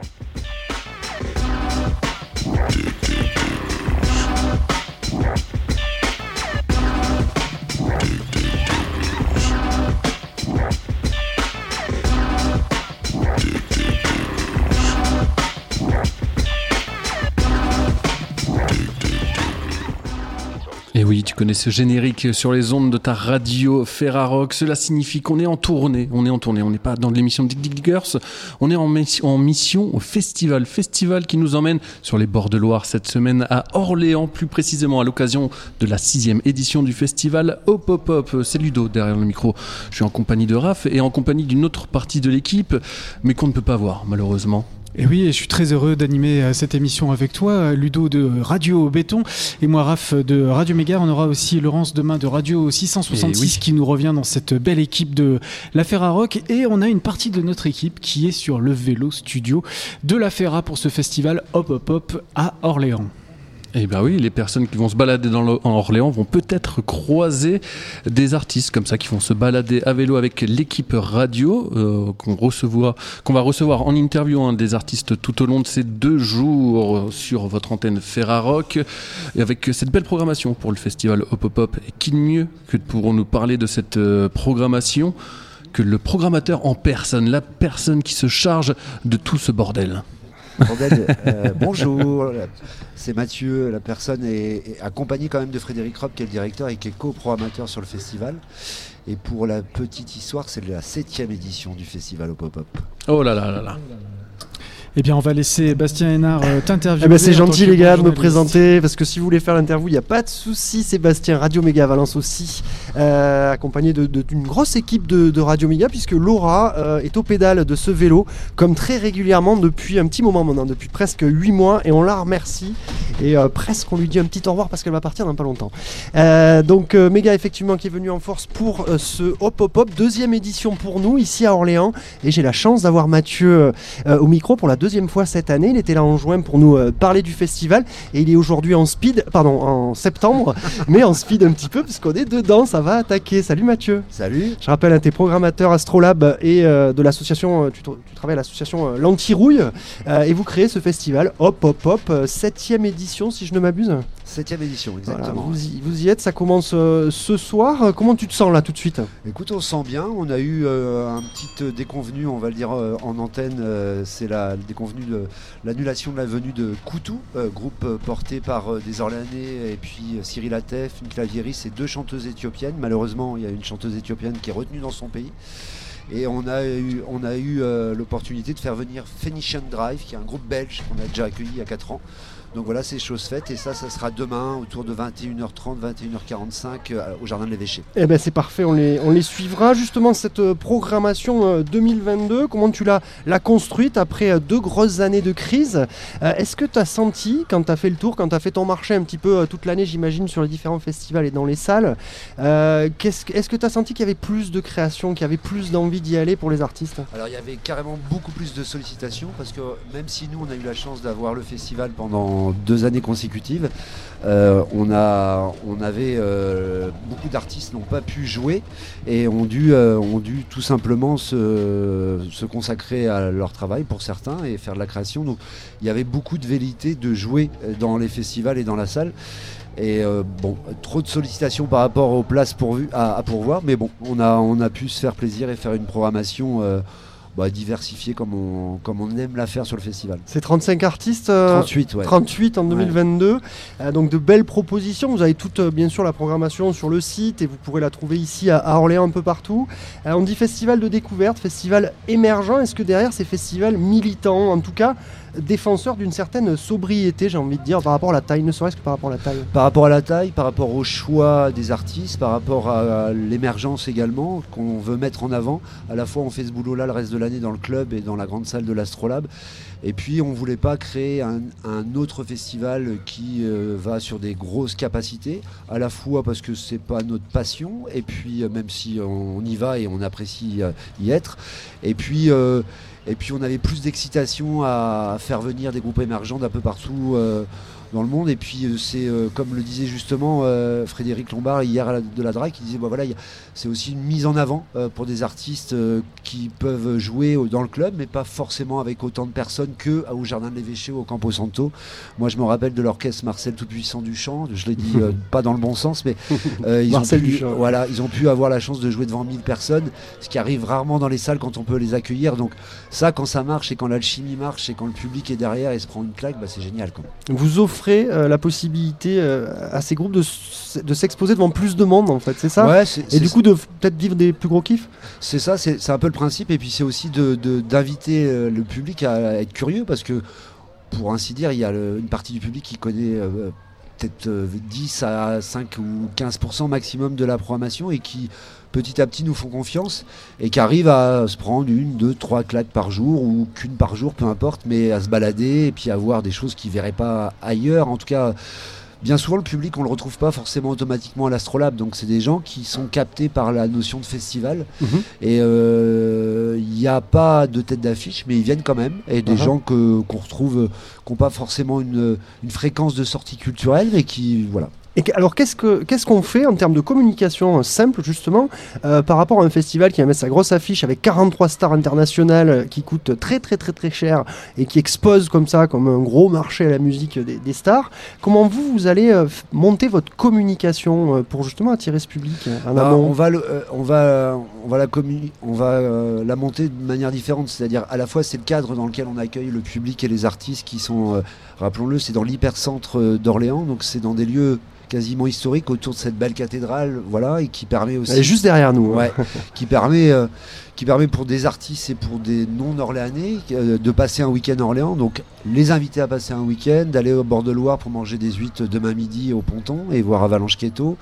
Et oui, tu connais ce générique sur les ondes de ta radio Ferrarock. Cela signifie qu'on est en tournée. On n'est pas dans l'émission Dig Diggers. On est en mission au festival. Festival qui nous emmène sur les bords de Loire cette semaine à Orléans, plus précisément à l'occasion de la 6e édition du festival Hop Hop Hop. C'est Ludo derrière le micro. Je suis en compagnie de Raph et en compagnie d'une autre partie de l'équipe, mais qu'on ne peut pas voir malheureusement. Et oui, je suis très heureux d'animer cette émission avec toi, Ludo de Radio Béton et moi Raph de Radio Méga. On aura aussi Laurence demain de Radio 666 qui nous revient dans cette belle équipe de la Ferrarock. Et on a une partie de notre équipe qui est sur le vélo studio de la Ferra pour ce festival Hop Hop Hop à Orléans. Eh bien oui, les personnes qui vont se balader en Orléans vont peut-être croiser des artistes comme ça qui vont se balader à vélo avec l'équipe radio qu'on va recevoir en interview des artistes tout au long de ces 2 jours sur votre antenne Ferrarock et avec cette belle programmation pour le festival Hop Hop Hop. Et qui de mieux que pour nous parler de cette programmation que le programmateur en personne, la personne qui se charge de tout ce bordel. Bonjour, c'est Mathieu. La personne est accompagnée quand même de Frédéric Rob qui est le directeur et qui est co-programmateur sur le festival. Et pour la petite histoire, c'est la 7e édition du festival Hop Hop Hop. Oh là là là là. Eh bien, on va laisser Bastien Hénard t'interviewer. C'est gentil les gars de me présenter, parce que si vous voulez faire l'interview, il n'y a pas de souci. Sébastien, Radio Méga Valence aussi, accompagné d'une grosse équipe de Radio Méga, puisque Laura est aux pédales de ce vélo, comme très régulièrement depuis un petit moment maintenant, depuis presque 8 mois, et on la remercie. Et presque on lui dit un petit au revoir parce qu'elle va partir dans pas longtemps. Donc Méga effectivement qui est venu en force pour ce Hop Hop Hop, 2e édition pour nous ici à Orléans. Et j'ai la chance d'avoir Mathieu au micro pour la 2e fois cette année. Il était là en juin pour nous parler du festival et il est aujourd'hui en septembre, mais en speed un petit peu parce qu'on est dedans, ça va attaquer. Salut Mathieu. Salut. Je rappelle, t'es programmateur Astrolabe et de l'association, tu travailles à l'association L'Antirouille et vous créez ce festival Hop Hop Hop, 7e édition si je ne m'abuse. 7e édition, exactement. Voilà, vous y êtes, ça commence ce soir. Comment tu te sens là tout de suite ? Écoute, on se sent bien. On a eu un petit déconvenu, on va le dire en antenne. C'est la déconvenu de l'annulation de la venue de Koutou, groupe porté par des Orléanais et puis Cyril Atef, une claviériste et 2 chanteuses éthiopiennes. Malheureusement, il y a une chanteuse éthiopienne qui est retenue dans son pays. Et on a eu l'opportunité de faire venir Phoenician Drive, qui est un groupe belge qu'on a déjà accueilli il y a 4 ans. Donc voilà, c'est chose faite et ça sera demain autour de 21h30, 21h45 au Jardin de l'Évêché. Eh ben c'est parfait, on les suivra. Justement, cette programmation 2022, comment tu l'as construite après 2 grosses années de crise ? Est-ce que tu as senti, quand tu as fait le tour, quand tu as fait ton marché un petit peu toute l'année, j'imagine, sur les différents festivals et dans les salles, est-ce que tu as senti qu'il y avait plus de création, qu'il y avait plus d'envie d'y aller pour les artistes ? Alors il y avait carrément beaucoup plus de sollicitations parce que même si nous on a eu la chance d'avoir le festival pendant 2 années consécutives, on avait beaucoup d'artistes n'ont pas pu jouer et ont dû tout simplement se consacrer à leur travail pour certains et faire de la création. Donc il y avait beaucoup de velléité de jouer dans les festivals et dans la salle. Et trop de sollicitations par rapport aux places à pourvoir, mais bon, on a pu se faire plaisir et faire une programmation diversifiée comme on aime la faire sur le festival. C'est 35 artistes 38, ouais. 38 en 2022, donc de belles propositions. Vous avez toute bien sûr la programmation sur le site et vous pourrez la trouver ici à Orléans un peu partout. On dit festival de découverte, festival émergent. Est-ce que derrière ces festivals militants, en tout cas défenseur d'une certaine sobriété, j'ai envie de dire, par rapport à la taille, ne serait-ce que par rapport à la taille. Par rapport à la taille, par rapport au choix des artistes, par rapport à l'émergence également, qu'on veut mettre en avant. À la fois, on fait ce boulot-là le reste de l'année dans le club et dans la grande salle de l'Astrolabe. Et puis, on ne voulait pas créer un autre festival qui va sur des grosses capacités, à la fois parce que c'est pas notre passion, et puis même si on y va et on apprécie y être, et puis on avait plus d'excitation à faire venir des groupes émergents d'un peu partout dans le monde. Et puis c'est comme le disait justement Frédéric Lombard hier de la DRAC, qui disait c'est aussi une mise en avant pour des artistes qui peuvent jouer dans le club, mais pas forcément avec autant de personnes qu'au Jardin de l'Évêché ou au Campo Santo. Moi je me rappelle de l'orchestre Marcel Tout-Puissant du Chant, je l'ai dit pas dans le bon sens, mais ils ont pu avoir la chance de jouer devant 1000 personnes, ce qui arrive rarement dans les salles quand on peut les accueillir. Donc ça, quand ça marche et quand l'alchimie marche et quand le public est derrière et se prend une claque, c'est génial quoi. Vous offrez la possibilité à ces groupes de s'exposer devant plus de monde en fait, c'est ça? Ouais, et du coup de peut-être vivre des plus gros kiffs? C'est ça, c'est un peu le principe. Et puis c'est aussi d'inviter le public à être curieux, parce que pour ainsi dire, il y a une partie du public qui connaît peut-être 10 à 5 ou 15% maximum de la programmation, et qui petit à petit nous font confiance et qui arrivent à se prendre 1, 2, 3 claques par jour, ou qu'une par jour, peu importe, mais à se balader et puis à voir des choses qu'ils ne verraient pas ailleurs. En tout cas, bien souvent le public, on ne le retrouve pas forcément automatiquement à l'Astrolabe, donc c'est des gens qui sont captés par la notion de festival. Et il n'y a pas de tête d'affiche, mais ils viennent quand même, et des gens qu'on retrouve, qui n'ont pas forcément une fréquence de sortie culturelle, mais qui, voilà. Et alors qu'est-ce qu'on fait en termes de communication simple justement par rapport à un festival qui va mettre sa grosse affiche avec 43 stars internationales qui coûtent très très très très cher et qui expose comme ça, comme un gros marché à la musique des stars? Comment vous allez monter votre communication pour justement attirer ce public en amont? On va la monter de manière différente, c'est-à-dire à la fois c'est le cadre dans lequel on accueille le public et les artistes qui sont, rappelons-le, c'est dans l'hypercentre d'Orléans, donc c'est dans des lieux quasiment historique autour de cette belle cathédrale, voilà, et qui permet aussi... Elle est juste derrière nous. Ouais, qui permet pour des artistes et pour des non-orléanais de passer un week-end à Orléans, donc les inviter à passer un week-end, d'aller au bord de Loire pour manger des huîtres demain midi au Ponton et voir Avalanche Keto,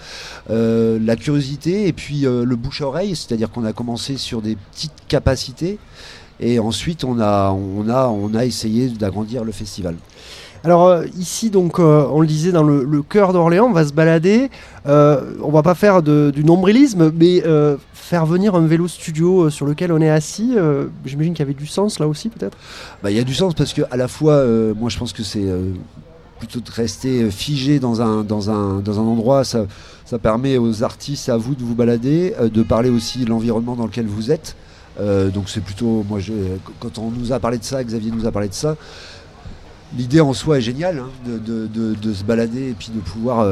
la curiosité et puis le bouche à oreille, c'est-à-dire qu'on a commencé sur des petites capacités et ensuite on a essayé d'agrandir le festival. Alors ici, donc, on le disait, dans le cœur d'Orléans, on va se balader. On va pas faire du nombrilisme, mais faire venir un vélo studio sur lequel on est assis. J'imagine qu'il y avait du sens là aussi, peut-être. Il y a du sens parce que à la fois, moi je pense que c'est plutôt de rester figé dans un endroit. Ça permet aux artistes, à vous de vous balader, de parler aussi de l'environnement dans lequel vous êtes. Donc c'est plutôt, quand on nous a parlé de ça, Xavier nous a parlé de ça. L'idée en soi est géniale, de se balader et puis de pouvoir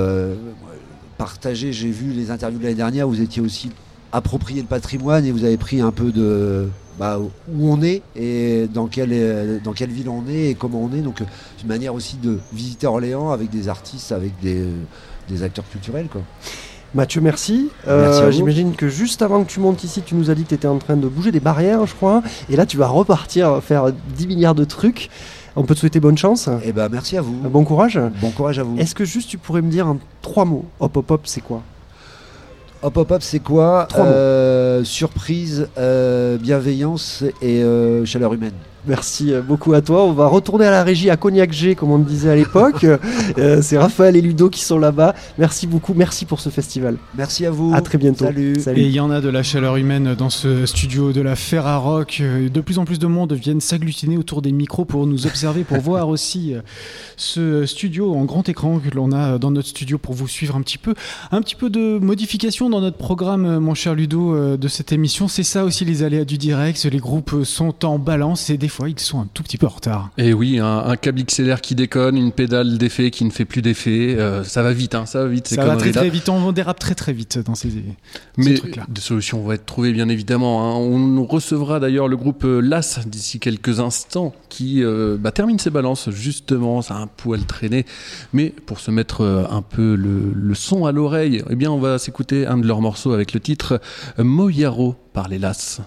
partager. J'ai vu les interviews de l'année dernière, vous étiez aussi approprié le patrimoine et vous avez pris un peu de où on est et dans quelle ville on est et comment on est. Donc une manière aussi de visiter Orléans avec des artistes, avec des acteurs culturels, quoi. Mathieu, merci. J'imagine que juste avant que tu montes ici, tu nous as dit que tu étais en train de bouger des barrières, je crois. Et là, tu vas repartir faire 10 milliards de trucs. On peut te souhaiter bonne chance. Eh ben, merci à vous. Bon courage. Bon courage à vous. Est-ce que juste tu pourrais me dire en 3 mots, Hop Hop Hop, c'est quoi? Hop Hop Hop, c'est quoi? 3 mots. Surprise, bienveillance et chaleur humaine. Merci beaucoup à toi. On va retourner à la régie à Cognac G, comme on disait à l'époque. C'est Raphaël et Ludo qui sont là-bas. Merci beaucoup. Merci pour ce festival. Merci à vous. À très bientôt. Salut. Et il y en a de la chaleur humaine dans ce studio de la Ferrarock. De plus en plus de monde viennent s'agglutiner autour des micros pour nous observer, pour voir aussi ce studio en grand écran que l'on a dans notre studio pour vous suivre un petit peu de modification dans notre programme, mon cher Ludo, de cette émission. C'est ça aussi les aléas du direct. Les groupes sont en balance et des fois ils sont un tout petit peu en retard. Et oui, un câble XLR qui déconne, une pédale d'effet qui ne fait plus d'effet, ça va vite, ça va vite. Ça va très très vite, on dérape très très vite dans ces trucs-là. Des solutions vont être trouvées bien évidemment. On recevra d'ailleurs le groupe LAS d'ici quelques instants qui termine ses balances justement, ça a un poil traîné. Mais pour se mettre un peu le son à l'oreille, eh bien on va s'écouter un de leurs morceaux avec le titre Moyaro par les LAS.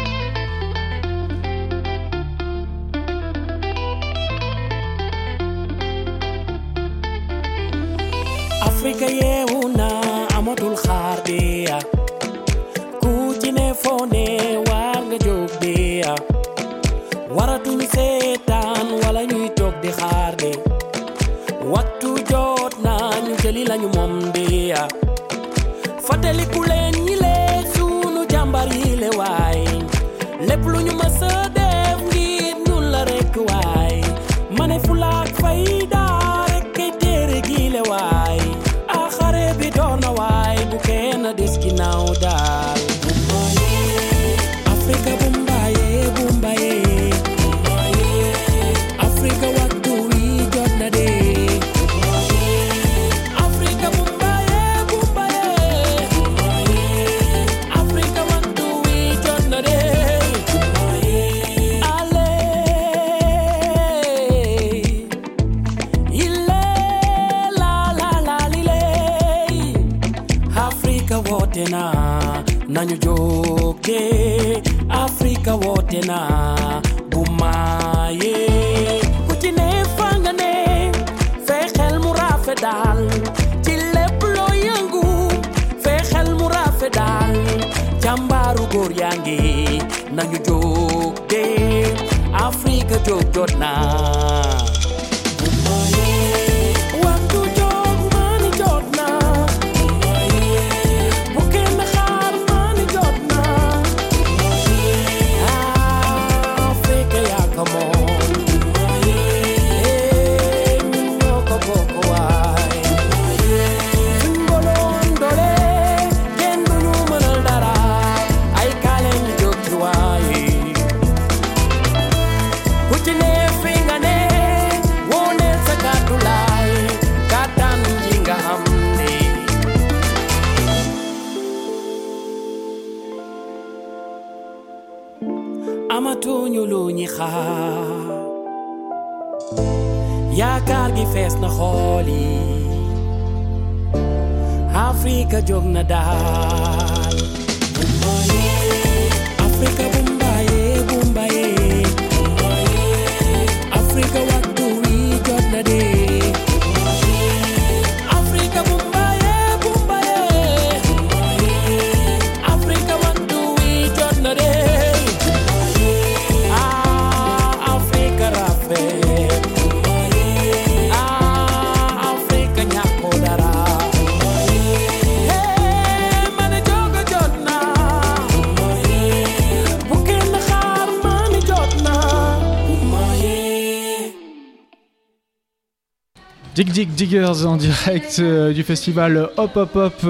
Afrika yeuna amatul khardia ku ci ne fone war nga jog dia waratu ñu setan wala ñuy tok di xaar de waxtu jot na ñu jëli lañu mom dia fatali ku leen ñi le sunu jambar yi le way lepp lu ñu mësa def ngir ñun la rek way mané fulak fayda rek nañu jóge Afrika woote na bu maaye ku ci ne fa nga ne fexeel mu rafet daal ci lépp loo yëngu fexeel mu rafet daal jàmbaaru góor yaa ngi nañu jóge Afrika jóg jot na bu maaye waxtu jóg mani jot na bu maaye bu kenn xaar mani jot na Afrika yaa ko moom ñun ñoo ko bokk waay suñ boloon doole kenn duñu mënal dara ay kaale ñu jóg ci waaye ku ci ne fi nga ne woneel sa kàddu laay kàttan ji nga am ne amatuñu lu ñi xaar yaakaar gi fees na xool yi Afrika jóg na daal Bumbaye Afrika bumbaye bumbaye Bumbaye Afrika waxtu wi jot na de Afrika bumbaye bumbaye Bumbaye Afrika waxtu wi jot na de Afrika rafet Afrika ñàkko dara man joga jot na bu kenn xaar man jot na Dig Dig Diggers en direct du festival Hop Hop Hop.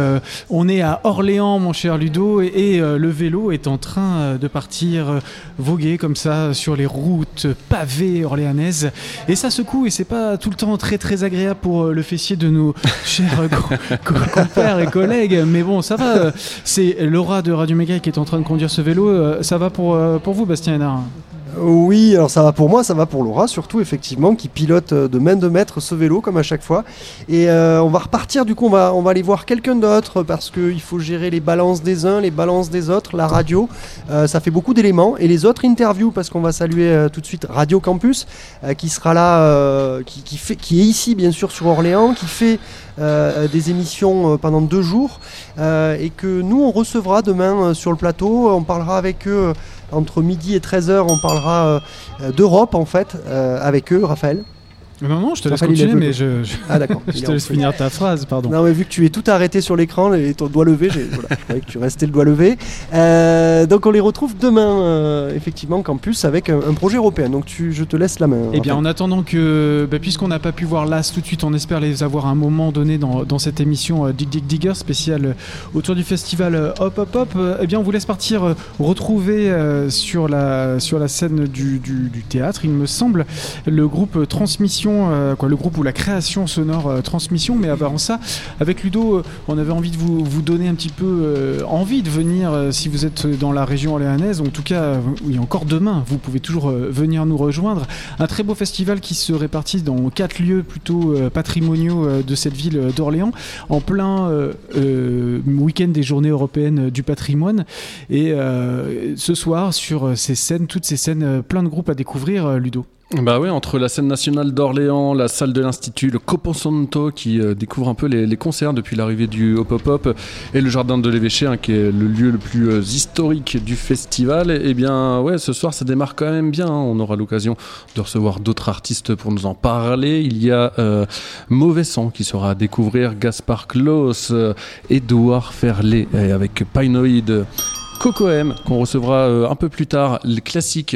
On est à Orléans, mon cher Ludo, et le vélo est en train de partir voguer comme ça sur les routes pavées orléanaises. Et ça secoue, et c'est pas tout le temps très très agréable pour le fessier de nos chers compères et collègues. Mais bon, ça va. C'est Laura de Radio Méga qui est en train de conduire ce vélo. Ça va pour vous, Bastien Hénard? Oui, alors ça va pour moi, ça va pour Laura surtout, effectivement, qui pilote de main de maître ce vélo comme à chaque fois. Et on va repartir, du coup on va aller voir quelqu'un d'autre parce qu'il faut gérer les balances des uns, les balances des autres, la radio, ça fait beaucoup d'éléments. Et les autres interviews, parce qu'on va saluer tout de suite Radio Campus qui sera là, qui est ici bien sûr sur Orléans, qui fait des émissions pendant 2 jours et que nous on recevra demain sur le plateau. On parlera avec eux entre midi et 13h, on parlera d'Europe en fait avec eux, Raphaël. Non, je te laisse continuer, mais Ah d'accord. je te laisse finir ta phrase, pardon. Non, mais vu que tu es tout arrêté sur l'écran et ton doigt levé, je croyais que tu restais le doigt levé. Donc on les retrouve demain, effectivement, Campus, avec un projet européen. Donc je te laisse la main. Eh bien, en attendant que, puisqu'on n'a pas pu voir l'AS tout de suite, on espère les avoir à un moment donné dans cette émission Dig Dig Digger spéciale autour du festival Hop Hop Hop. Eh bien, on vous laisse partir retrouver sur la scène du théâtre, il me semble, le groupe Transmission. Le groupe ou la création sonore Transmission. Mais avant ça, avec Ludo, on avait envie de vous donner un petit peu envie de venir si vous êtes dans la région orléanaise. En tout cas, oui, encore demain, vous pouvez toujours venir nous rejoindre. Un très beau festival qui se répartit dans 4 lieux plutôt patrimoniaux de cette ville d'Orléans, en plein week-end des Journées européennes du patrimoine. Et ce soir, sur ces scènes, toutes ces scènes, plein de groupes à découvrir, Ludo. Bah ouais, entre la scène nationale d'Orléans, la salle de l'Institut, le Coponsanto qui découvre un peu les concerts depuis l'arrivée du Hop Hop Hop et le jardin de l'évêché qui est le lieu le plus historique du festival. Et bien ouais, ce soir ça démarre quand même bien. On aura l'occasion de recevoir d'autres artistes pour nous en parler. Il y a Mauvais Sang qui sera à découvrir, Gaspard Klaus, Édouard Ferlet avec Pinoid, Coco M qu'on recevra un peu plus tard, les classiques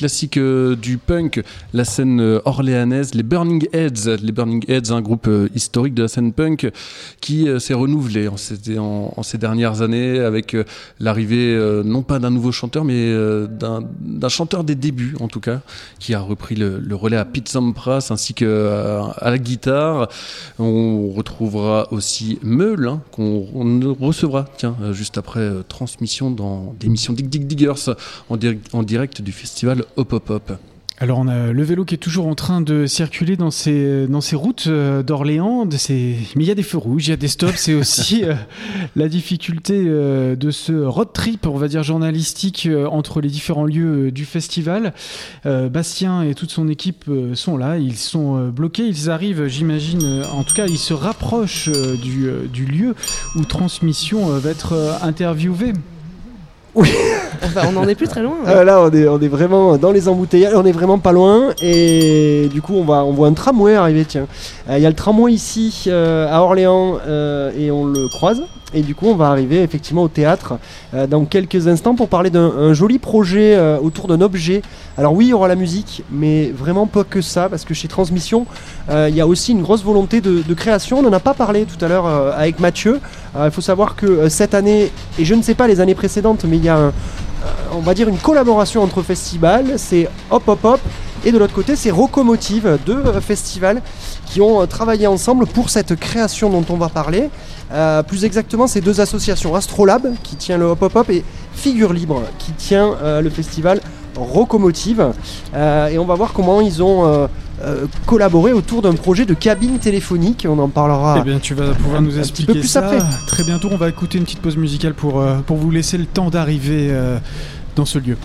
du punk, la scène orléanaise, les Burning Heads, un groupe historique de la scène punk qui s'est renouvelé en ces dernières années avec l'arrivée non pas d'un nouveau chanteur mais d'un chanteur des débuts en tout cas, qui a repris le relais à Pete Sampras ainsi qu'à la guitare. On retrouvera aussi Meul qu'on recevra juste après Transmission dans l'émission Dig Dig Diggers en direct du festival Hop Hop Hop. Alors on a le vélo qui est toujours en train de circuler dans ces routes d'Orléans, mais il y a des feux rouges, il y a des stops, c'est aussi la difficulté de ce road trip, on va dire journalistique, entre les différents lieux du festival. Bastien et toute son équipe sont là, ils sont bloqués, ils arrivent, j'imagine, en tout cas ils se rapprochent du lieu où Transmission va être interviewée. Oui. Enfin, on n'en est plus très loin. Là, on est vraiment dans les embouteillages, on est vraiment pas loin. Et du coup, on voit un tramway arriver. Tiens, il y a le tramway ici à Orléans et on le croise. Et du coup, on va arriver effectivement au théâtre dans quelques instants pour parler d'un joli projet autour d'un objet. Alors oui, il y aura la musique, mais vraiment pas que ça, parce que chez Transmission, il y a aussi une grosse volonté de création. On n'en a pas parlé tout à l'heure avec Mathieu. Il faut savoir que cette année, et je ne sais pas les années précédentes, mais il y a on va dire une collaboration entre festivals. C'est Hop Hop Hop. Et de l'autre côté, c'est Rocomotive, deux festivals qui ont travaillé ensemble pour cette création dont on va parler. Plus exactement, c'est deux associations, Astrolab qui tient le Hop Hop Hop et Figure Libre qui tient le festival Rocomotive. Et on va voir comment ils ont collaboré autour d'un projet de cabine téléphonique. On en parlera. Eh bien, tu vas pouvoir nous expliquer plus ça après. Très bientôt. On va écouter une petite pause musicale pour vous laisser le temps d'arriver dans ce lieu.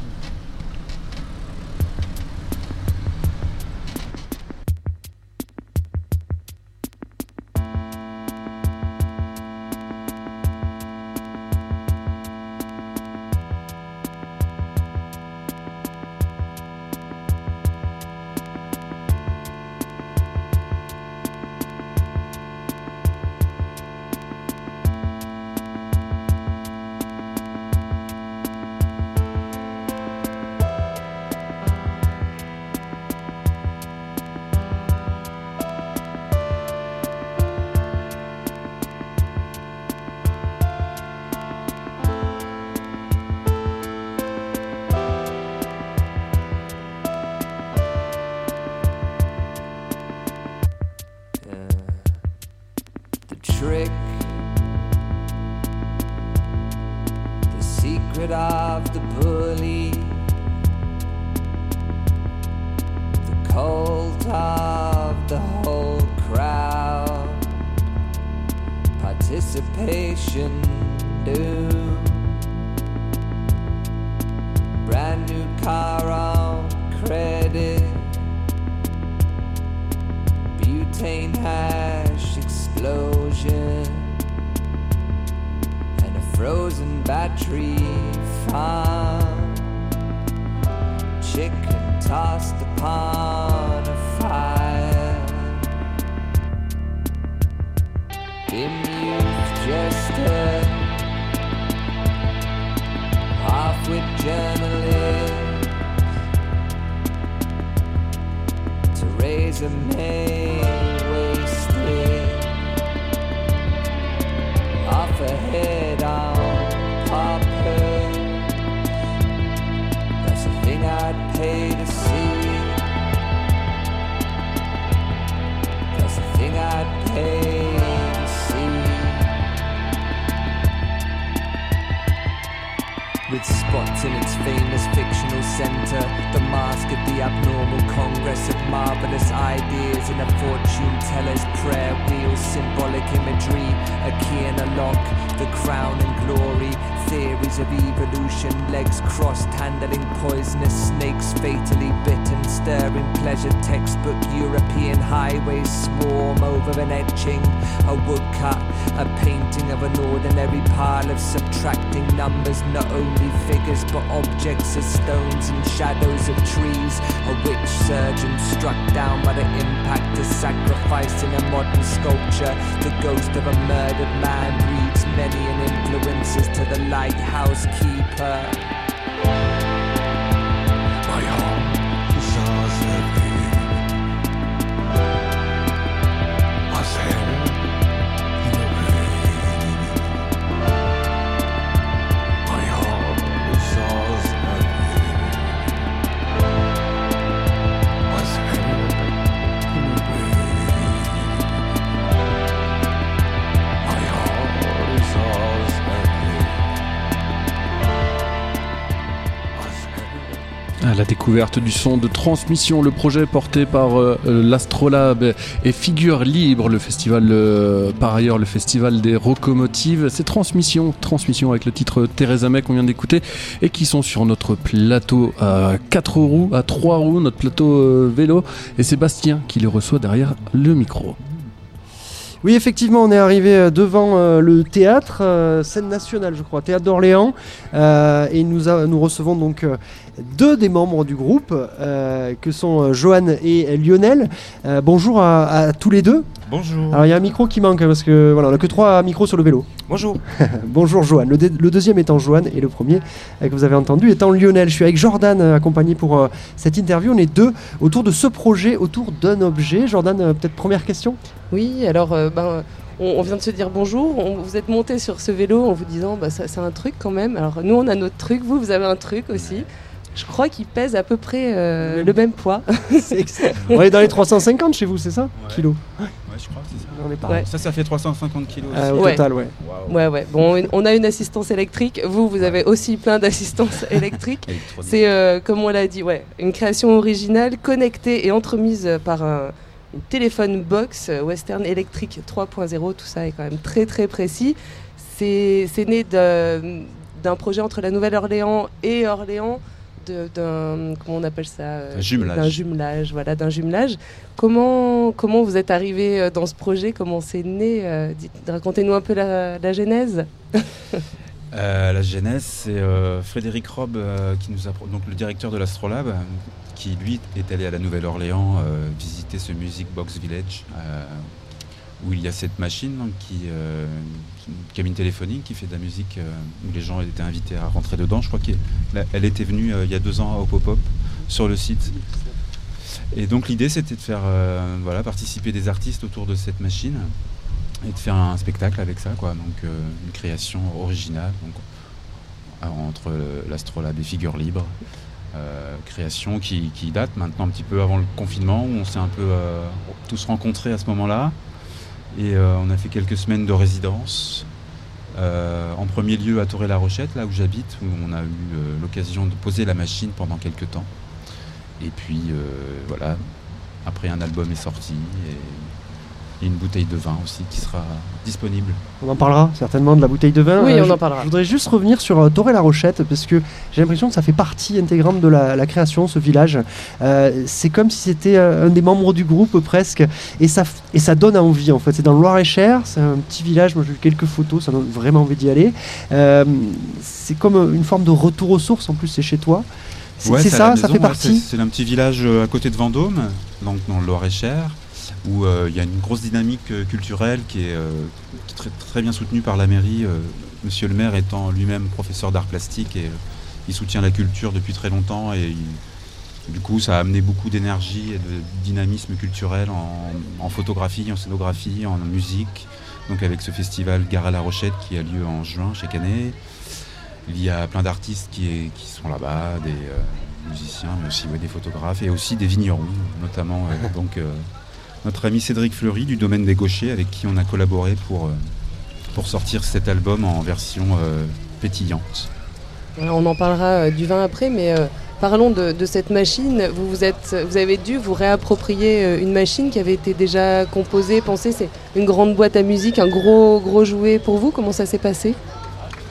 Trick, the secret of the bully, the cult of the whole crowd, participation due, brand new car on credit, butane hash explosion, and a frozen battery farm, chicken tossed upon a fire, dim youth jester, half-wit journalist, Theresa May wasted, off her head on poppers. That's the thing I'd pay to see. That's the thing I'd pay to see. With spots in its famous fictional center, the mask of the abnormal congress of marvelous ideas in a fortune teller's prayer wheel, symbolic imagery, a key and a lock, the crown and glory, theories of evolution, legs crossed, handling poisonous snakes, fatally bitten, stirring pleasure, textbook European highways swarm over an etching, a woodcut, a painting of an ordinary pile of subtracting numbers, not only figures but objects as stones and shadows of trees, a witch surgeon struck down by the impact of sacrificing a modern sculpture, the ghost of a murdered man breeds many an influences to the lighthouse keeper. My heart is as heavy as hell in the rain. My heart is as heavy as hell in the rain. My heart is as heavy À la découverte du son de Transmission, le projet porté par l'Astrolabe et Figure Libre, le festival, par ailleurs le festival des Rocomotives. C'est Transmission avec le titre Theresa May qu'on vient d'écouter et qui sont sur notre plateau à 4 roues, à 3 roues, notre plateau vélo, et c'est Bastien qui les reçoit derrière le micro. Oui, effectivement, on est arrivé devant le théâtre, scène nationale, je crois, théâtre d'Orléans, et nous recevons donc deux des membres du groupe, que sont Johan et Lionel. Bonjour à tous les deux. Bonjour. Alors il y a un micro qui manque parce que voilà, on n'a que 3 micros sur le vélo. Bonjour. Bonjour Johan. Le deuxième étant Johan et le premier que vous avez entendu étant Lionel. Je suis avec Jordan accompagné pour cette interview. On est deux autour de ce projet, autour d'un objet. Jordan, peut-être première question. Oui, alors on vient de se dire bonjour. Vous êtes monté sur ce vélo en vous disant ça, c'est un truc quand même. Alors nous on a notre truc, vous avez un truc aussi. Je crois qu'il pèse à peu près le même poids. On est dans les 350 chez vous, c'est ça? Kilos. Ouais, je crois que c'est ça. On est pas. Ouais. Ça fait 350 kilos. Au total, ouais. Wow. Ouais. Bon, on a une assistance électrique. Vous avez aussi plein d'assistances électriques. C'est, comme on l'a dit, une création originale, connectée et entremise par une téléphone box Western Electric 3.0. Tout ça est quand même très très précis. C'est né d'un projet entre la Nouvelle-Orléans et Orléans. D'un comment on appelle ça, d'un jumelage. Comment vous êtes arrivé dans ce projet, comment c'est né, racontez-nous un peu la genèse. La genèse, c'est Frédéric Robb qui nous a donc le directeur de l'Astrolabe, qui lui est allé à la Nouvelle-Orléans visiter ce Music Box Village où il y a cette machine donc, une cabine téléphonique qui fait de la musique où les gens étaient invités à rentrer dedans. Je crois qu'elle était venue il y a 2 ans au pop-up sur le site. Et donc l'idée c'était de faire participer des artistes autour de cette machine et de faire un spectacle avec ça, quoi. Donc une création originale donc, entre l'Astrolabe et Figure Libre. Création qui date maintenant un petit peu avant le confinement où on s'est un peu tous rencontrés à ce moment-là. Et on a fait quelques semaines de résidence, en premier lieu à Toré-la-Rochette, là où j'habite, où on a eu l'occasion de poser la machine pendant quelques temps. Et puis après un album est sorti et une bouteille de vin aussi qui sera disponible. On en parlera certainement de la bouteille de vin. Oui, on en parlera. Je voudrais juste revenir sur Toré-la-Rochette parce que j'ai l'impression que ça fait partie intégrante de la création, ce village. C'est comme si c'était un des membres du groupe presque, et ça donne envie en fait. C'est dans le Loir-et-Cher, c'est un petit village, moi j'ai vu quelques photos, ça donne vraiment envie d'y aller. C'est comme une forme de retour aux sources, en plus c'est chez toi. Ça fait partie. C'est un petit village à côté de Vendôme, donc dans le Loir-et-Cher, où il y a une grosse dynamique culturelle qui est très, très bien soutenue par la mairie, monsieur le maire étant lui-même professeur d'art plastique et il soutient la culture depuis très longtemps et du coup ça a amené beaucoup d'énergie et de dynamisme culturel en photographie, en scénographie, en musique, donc avec ce festival Gare à la Rochette qui a lieu en juin chaque année. Il y a plein d'artistes qui sont là-bas, des musiciens mais aussi des photographes et aussi des vignerons, notamment notre ami Cédric Fleury du domaine des Gauchers avec qui on a collaboré pour sortir cet album en version pétillante. On en parlera du vin après, mais parlons de cette machine. Vous avez dû vous réapproprier une machine qui avait été déjà composée, pensée. C'est une grande boîte à musique, un gros jouet pour vous. Comment ça s'est passé, Johan ?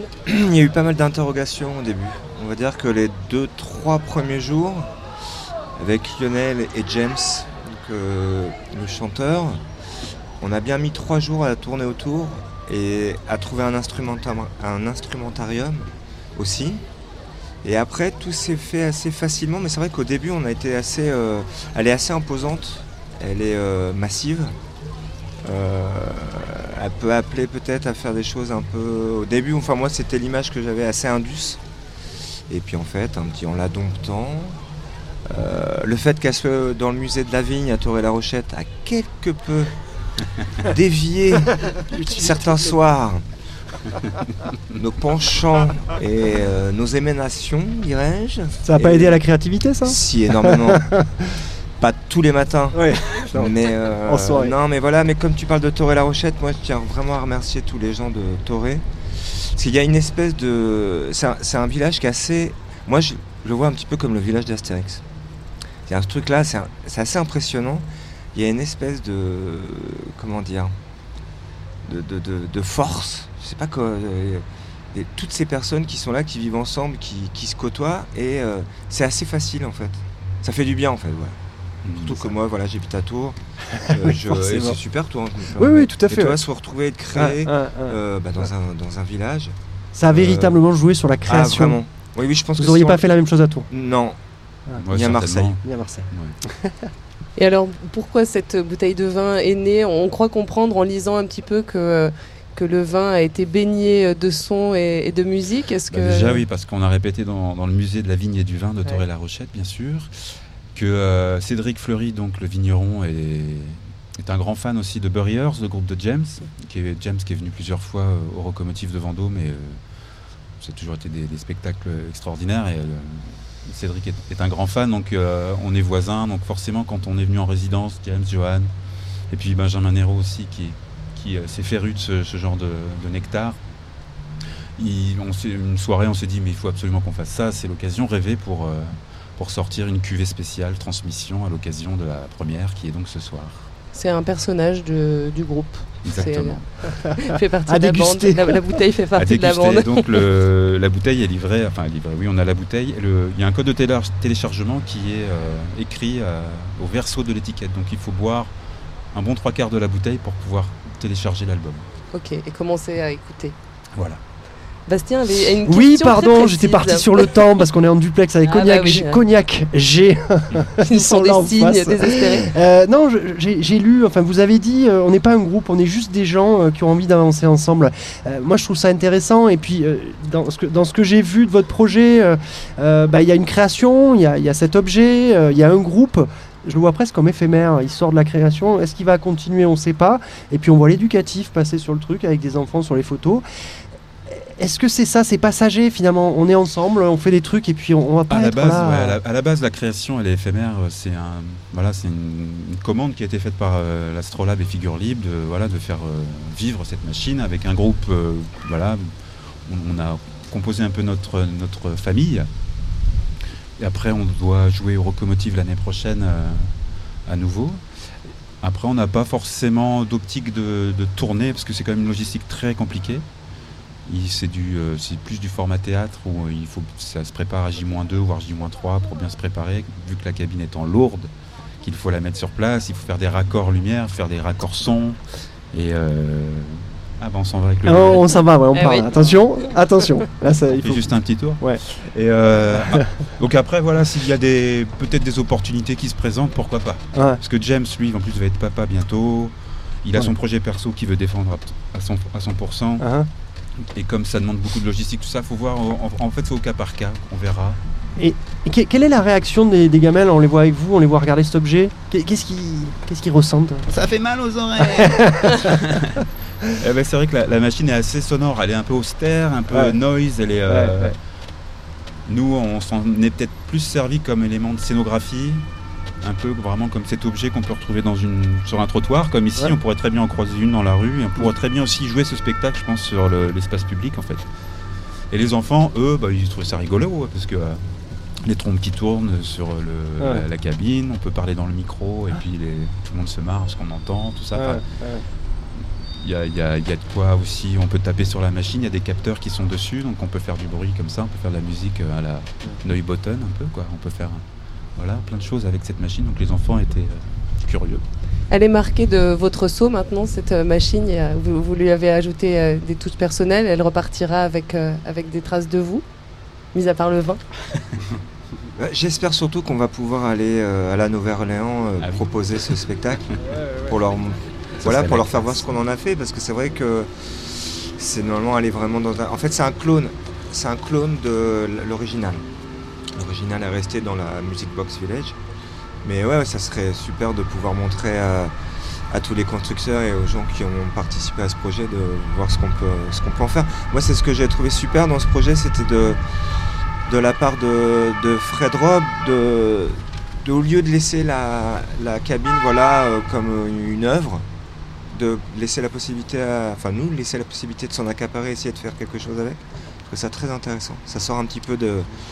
Il y a eu pas mal d'interrogations au début. On va dire que les 2-3 premiers jours, avec Lionel et James, le chanteur, on a bien mis 3 jours à tourner autour et à trouver un instrumentarium aussi. Et après tout s'est fait assez facilement, mais c'est vrai qu'au début on a été elle est assez imposante, elle est massive. Elle peut appeler peut-être à faire des choses un peu au début. Enfin moi c'était l'image que j'avais assez indus. Et puis en fait un petit en la domptant. Le fait qu'elle soit dans le musée de la Vigne à Toré-la-Rochette a quelque peu dévié certains soirs nos penchants et nos émanations, dirais-je. Ça n'a pas aidé à la créativité, ça ? Si, énormément. Pas tous les matins. Ouais, mais en soirée. Non, mais voilà. Mais comme tu parles de Toré-la-Rochette, moi je tiens vraiment à remercier tous les gens de Toré. Parce qu'il y a une espèce de... C'est un village qui est assez Moi, je le vois un petit peu comme le village d'Astérix. Il y a un truc là, c'est assez impressionnant. Il y a une espèce de, comment dire, de force. Je sais pas quoi. Toutes ces personnes qui sont là, qui vivent ensemble, qui se côtoient, et c'est assez facile en fait. Ça fait du bien en fait. Ouais. Surtout que moi, voilà, j'habite à Tours. Oui, et c'est super Tours. Oui, tout à fait. Et toi, se retrouver, être créé dans un village. Ça a véritablement joué sur la création. Ah, vraiment. Oui, je pense vous n'auriez pas fait la même chose à Tours. Non. Ni à Marseille. Ouais. Et alors, pourquoi cette bouteille de vin est née ? On croit comprendre en lisant un petit peu que le vin a été baigné de son et de musique. Est-ce que... Déjà oui, parce qu'on a répété dans le musée de la vigne et du vin de Torrey-la-Rochette, bien sûr, que Cédric Fleury, donc le vigneron, est un grand fan aussi de Buriers, le groupe de James, qui est venu plusieurs fois au Rocomotive de Vendôme, et ça a toujours été des spectacles extraordinaires, et Cédric est un grand fan, donc on est voisins, donc forcément quand on est venu en résidence, James, Johan, et puis Benjamin Nero aussi, qui s'est féru de ce genre de nectar. Une soirée, on s'est dit mais il faut absolument qu'on fasse ça, c'est l'occasion rêvée pour sortir une cuvée spéciale transmission à l'occasion de la première qui est donc ce soir. C'est un personnage du groupe. Exactement. Fait partie de la bande. La bouteille fait partie de la bande. Donc la bouteille est livrée, oui, on a la bouteille. Il y a un code de téléchargement qui est écrit au verso de l'étiquette. Donc il faut boire un bon 3/4 de la bouteille pour pouvoir télécharger l'album. Ok, et commencer à écouter. Voilà. Bastien avait une question. Oui, pardon, j'étais parti sur le temps parce qu'on est en duplex avec Cognac G. Ils sont des signes désespérés. Non, j'ai lu, vous avez dit, on n'est pas un groupe, on est juste des gens qui ont envie d'avancer ensemble. Moi, je trouve ça intéressant. Et puis, dans ce que j'ai vu de votre projet, y a une création, il y a cet objet, il y a un groupe. Je le vois presque comme éphémère, il sort de la création. Est-ce qu'il va continuer ? On ne sait pas. Et puis, on voit l'éducatif passer sur le truc avec des enfants sur les photos. Est-ce que c'est ça, c'est passager finalement ? On est ensemble, on fait des trucs et puis on va pas être là. À la base, la création, elle est éphémère. C'est une commande qui a été faite par l'Astrolabe et Figure Libre de faire vivre cette machine avec un groupe. On a composé un peu notre famille. Et après, on doit jouer au Rocomotive l'année prochaine à nouveau. Après, on n'a pas forcément d'optique de tournée parce que c'est quand même une logistique très compliquée. C'est plus du format théâtre où ça se prépare à J-2 voire J-3 pour bien se préparer, vu que la cabine étant lourde, qu'il faut la mettre sur place, il faut faire des raccords lumière, faire des raccords son, et on s'en va avec le... on s'en va, on parle. Oui. Attention. Là, il faut juste un petit tour. Ouais. Et donc après, s'il y a peut-être des opportunités qui se présentent, pourquoi pas. Ouais. Parce que James, lui, en plus, va être papa bientôt. Il a son projet perso qu'il veut défendre à 100%. Uh-huh. Et comme ça demande beaucoup de logistique, tout ça, faut voir. En fait, c'est au cas par cas. On verra. Et quelle est la réaction des gamins ? On les voit avec vous, on les voit regarder cet objet. Qu'est-ce qu'ils ressentent ? Ça fait mal aux oreilles. C'est vrai que la machine est assez sonore. Elle est un peu austère, un peu noise. Elle est. Nous, on s'en est peut-être plus servi comme élément de scénographie. Un peu vraiment comme cet objet qu'on peut retrouver sur un trottoir, comme ici, on pourrait très bien en croiser une dans la rue, et on pourrait très bien aussi jouer ce spectacle, je pense, sur l'espace public en fait. Et les enfants, eux, ils trouvent ça rigolo, parce que les trompes qui tournent sur la cabine, on peut parler dans le micro, et puis tout le monde se marre parce qu'on entend, tout ça. Il y a de quoi aussi, on peut taper sur la machine, il y a des capteurs qui sont dessus, donc on peut faire du bruit comme ça, on peut faire de la musique à la Neubotten un peu, quoi. On peut faire... plein de choses avec cette machine, donc les enfants étaient curieux. Elle est marquée de votre sceau maintenant, cette machine. Vous lui avez ajouté des touches personnelles, elle repartira avec des traces de vous, mis à part le vin. J'espère surtout qu'on va pouvoir aller à la Nouvelle-Orléans proposer ce spectacle pour leur faire voir ce qu'on en a fait, parce que c'est vrai que c'est normalement aller vraiment dans un... En fait, c'est un clone de l'original. L'original est resté dans la Music Box Village, mais ça serait super de pouvoir montrer à tous les constructeurs et aux gens qui ont participé à ce projet de voir ce qu'on peut en faire. Moi, c'est ce que j'ai trouvé super dans ce projet, c'était de la part de Fred Robb, au lieu de laisser la cabine comme une œuvre, de laisser la possibilité laisser la possibilité de s'en accaparer, essayer de faire quelque chose avec. Je trouve ça très intéressant. Ça sort un petit peu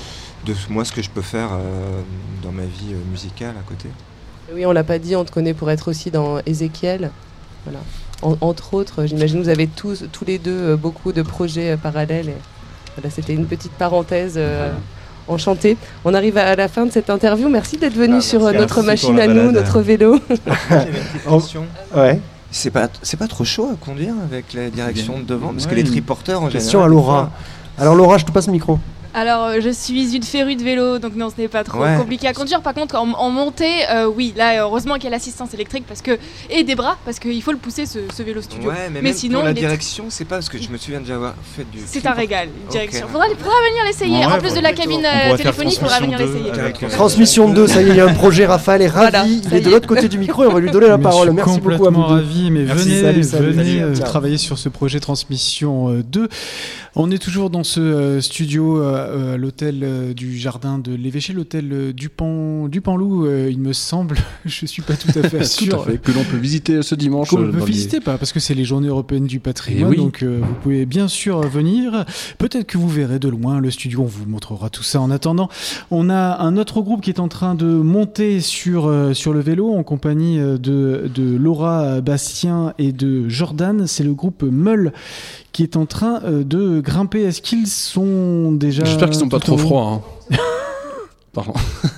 de moi ce que je peux faire dans ma vie musicale à côté. Oui, on l'a pas dit, on te connaît pour être aussi dans Ézéchiel. Voilà. Entre autres, j'imagine que vous avez tous les deux beaucoup de projets parallèles. Et voilà, c'était une petite parenthèse enchantée. On arrive à la fin de cette interview. Merci d'être venu sur notre machine à nous, notre vélo. J'avais une petite question. Ouais. C'est pas trop chaud à conduire avec la direction de devant parce que les triporteurs en Question général. à Laura. Alors Laura, je te passe le micro. Alors, je suis une férue de vélo, donc non, ce n'est pas trop compliqué à conduire. Par contre, en montée, oui, là, heureusement qu'il y a l'assistance électrique et des bras, parce qu'il faut le pousser, ce vélo studio. Ouais, mais sinon, pour la direction, c'est pas parce que je me souviens déjà avoir fait du. C'est un régal, une direction. Faudra venir l'essayer. En plus de la cabine téléphonique, il faudra venir l'essayer. Transmission 2, ça y est, il y a un projet. Raphaël est ravi. Il est de l'autre côté du micro et on va lui donner la parole. Merci beaucoup à vous. Ravi, mais Merci, venez travailler sur ce projet Transmission 2. On est toujours dans ce studio à l'hôtel du jardin de l'évêché, l'hôtel Dupanloup, il me semble. Je suis pas tout à fait sûr. Tout à fait, que l'on peut visiter ce dimanche. Qu'on peut visiter, pas parce que c'est les journées européennes du patrimoine, donc vous pouvez bien sûr venir. Peut-être que vous verrez de loin le studio, on vous montrera tout ça. En attendant, on a un autre groupe qui est en train de monter sur le vélo en compagnie de Laura Bastien et de Jordan. C'est le groupe Meul qui est en train de grimper. Est-ce qu'ils sont déjà... J'espère qu'ils sont pas trop froids. Hein. Pardon.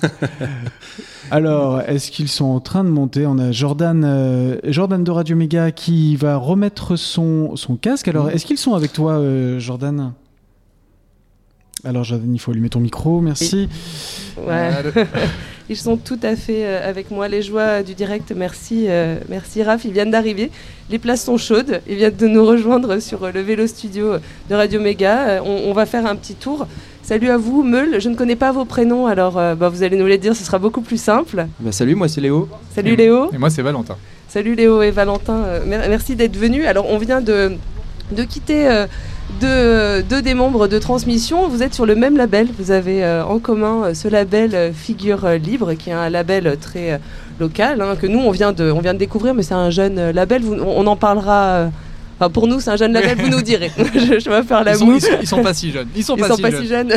Alors, est-ce qu'ils sont en train de monter ? On a Jordan de Radio Méga qui va remettre son casque. Alors, est-ce qu'ils sont avec toi, Jordan ? Alors, Jordan, il faut allumer ton micro, merci. Ouais. Ils sont tout à fait avec moi, les joies du direct. Merci Raph, ils viennent d'arriver. Les places sont chaudes, ils viennent de nous rejoindre sur le vélo studio de Radio Méga. On va faire un petit tour. Salut à vous, Meul. Je ne connais pas vos prénoms, alors vous allez nous les dire, ce sera beaucoup plus simple. Salut, moi c'est Léo. Salut Léo. Et moi c'est Valentin. Salut Léo et Valentin, merci d'être venus. Alors on vient de quitter deux des membres de Transmission. Vous êtes sur le même label, vous avez en commun ce label Figure Libre, qui est un label très local, que nous on vient de découvrir, mais c'est un jeune label, on en parlera... pour nous, c'est un jeune label, vous nous direz. je vais faire la moue. Ils sont pas si jeunes. Ils sont pas si jeunes.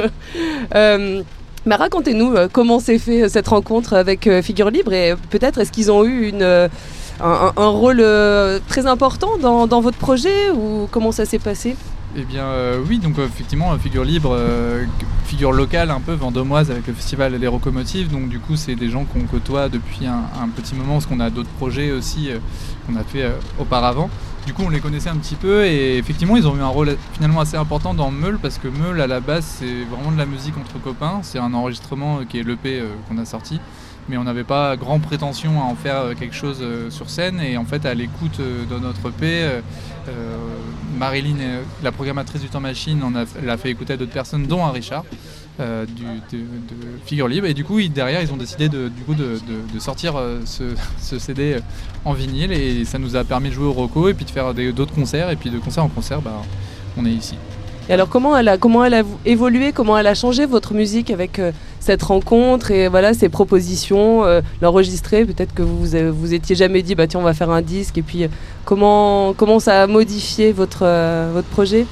Racontez-nous comment s'est fait cette rencontre avec Figure Libre et peut-être est-ce qu'ils ont eu un rôle très important dans votre projet ou comment ça s'est passé ? Eh bien oui, donc effectivement Figure Libre, figure locale un peu vendomoise avec le festival Les Locomotives, donc du coup c'est des gens qu'on côtoie depuis un petit moment parce qu'on a d'autres projets aussi qu'on a fait auparavant. Du coup on les connaissait un petit peu et effectivement ils ont eu un rôle finalement assez important dans Meul parce que Meul à la base c'est vraiment de la musique entre copains, c'est un enregistrement qui est l'EP qu'on a sorti. Mais on n'avait pas grand prétention à en faire quelque chose sur scène et en fait à l'écoute de notre EP, Marilyn, la programmatrice du Temps Machine, l'a fait écouter à d'autres personnes dont à Richard de Figure Libre et du coup derrière ils ont décidé de sortir ce CD en vinyle et ça nous a permis de jouer au Rocco et puis de faire d'autres concerts et puis de concert en concert on est ici. Et alors comment elle a évolué, comment elle a changé votre musique avec cette rencontre et voilà ces propositions, l'enregistrer, peut-être que vous étiez jamais dit tiens on va faire un disque et puis comment ça a modifié votre projet?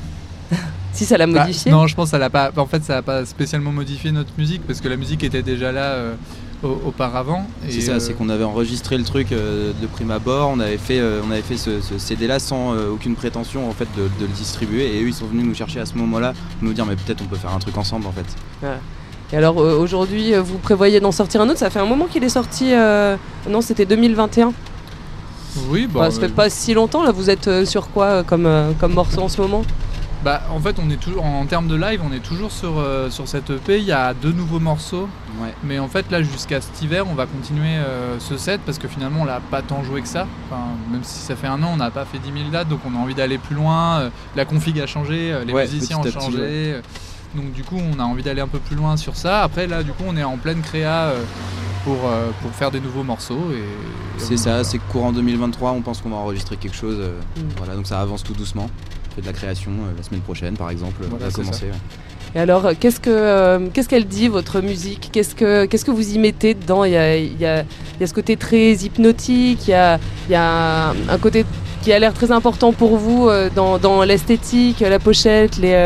Si ça l'a modifié? Non, je pense que ça l'a pas. En fait, ça n'a pas spécialement modifié notre musique parce que la musique était déjà là auparavant. C'est ça, c'est qu'on avait enregistré le truc de prime abord. On avait fait ce CD-là sans aucune prétention en fait de le distribuer. Et eux, ils sont venus nous chercher à ce moment-là, nous dire mais peut-être on peut faire un truc ensemble en fait. Voilà. Et alors aujourd'hui, vous prévoyez d'en sortir un autre? Ça fait un moment qu'il est sorti. Non, c'était 2021. Oui, ça fait pas si longtemps. Là, vous êtes sur quoi comme morceau en ce moment? En fait, on est toujours en termes de live, on est toujours sur cette EP. Il y a 2 nouveaux morceaux, mais en fait là jusqu'à cet hiver, on va continuer ce set parce que finalement on l'a pas tant joué que ça. Enfin, même si ça fait un an, on n'a pas fait 10 000 dates, donc on a envie d'aller plus loin. La config a changé, les musiciens ont changé, donc du coup on a envie d'aller un peu plus loin sur ça. Après là, du coup, on est en pleine créa pour faire des nouveaux morceaux. C'est ça, c'est courant 2023. On pense qu'on va enregistrer quelque chose. Voilà, donc ça avance tout doucement. On fait de la création la semaine prochaine par exemple, on va commencer. Et alors qu'est-ce qu'elle dit votre musique? Qu'est-ce que vous y mettez dedans? Il y a ce côté très hypnotique, il y a un côté qui a l'air très important pour vous dans l'esthétique, la pochette,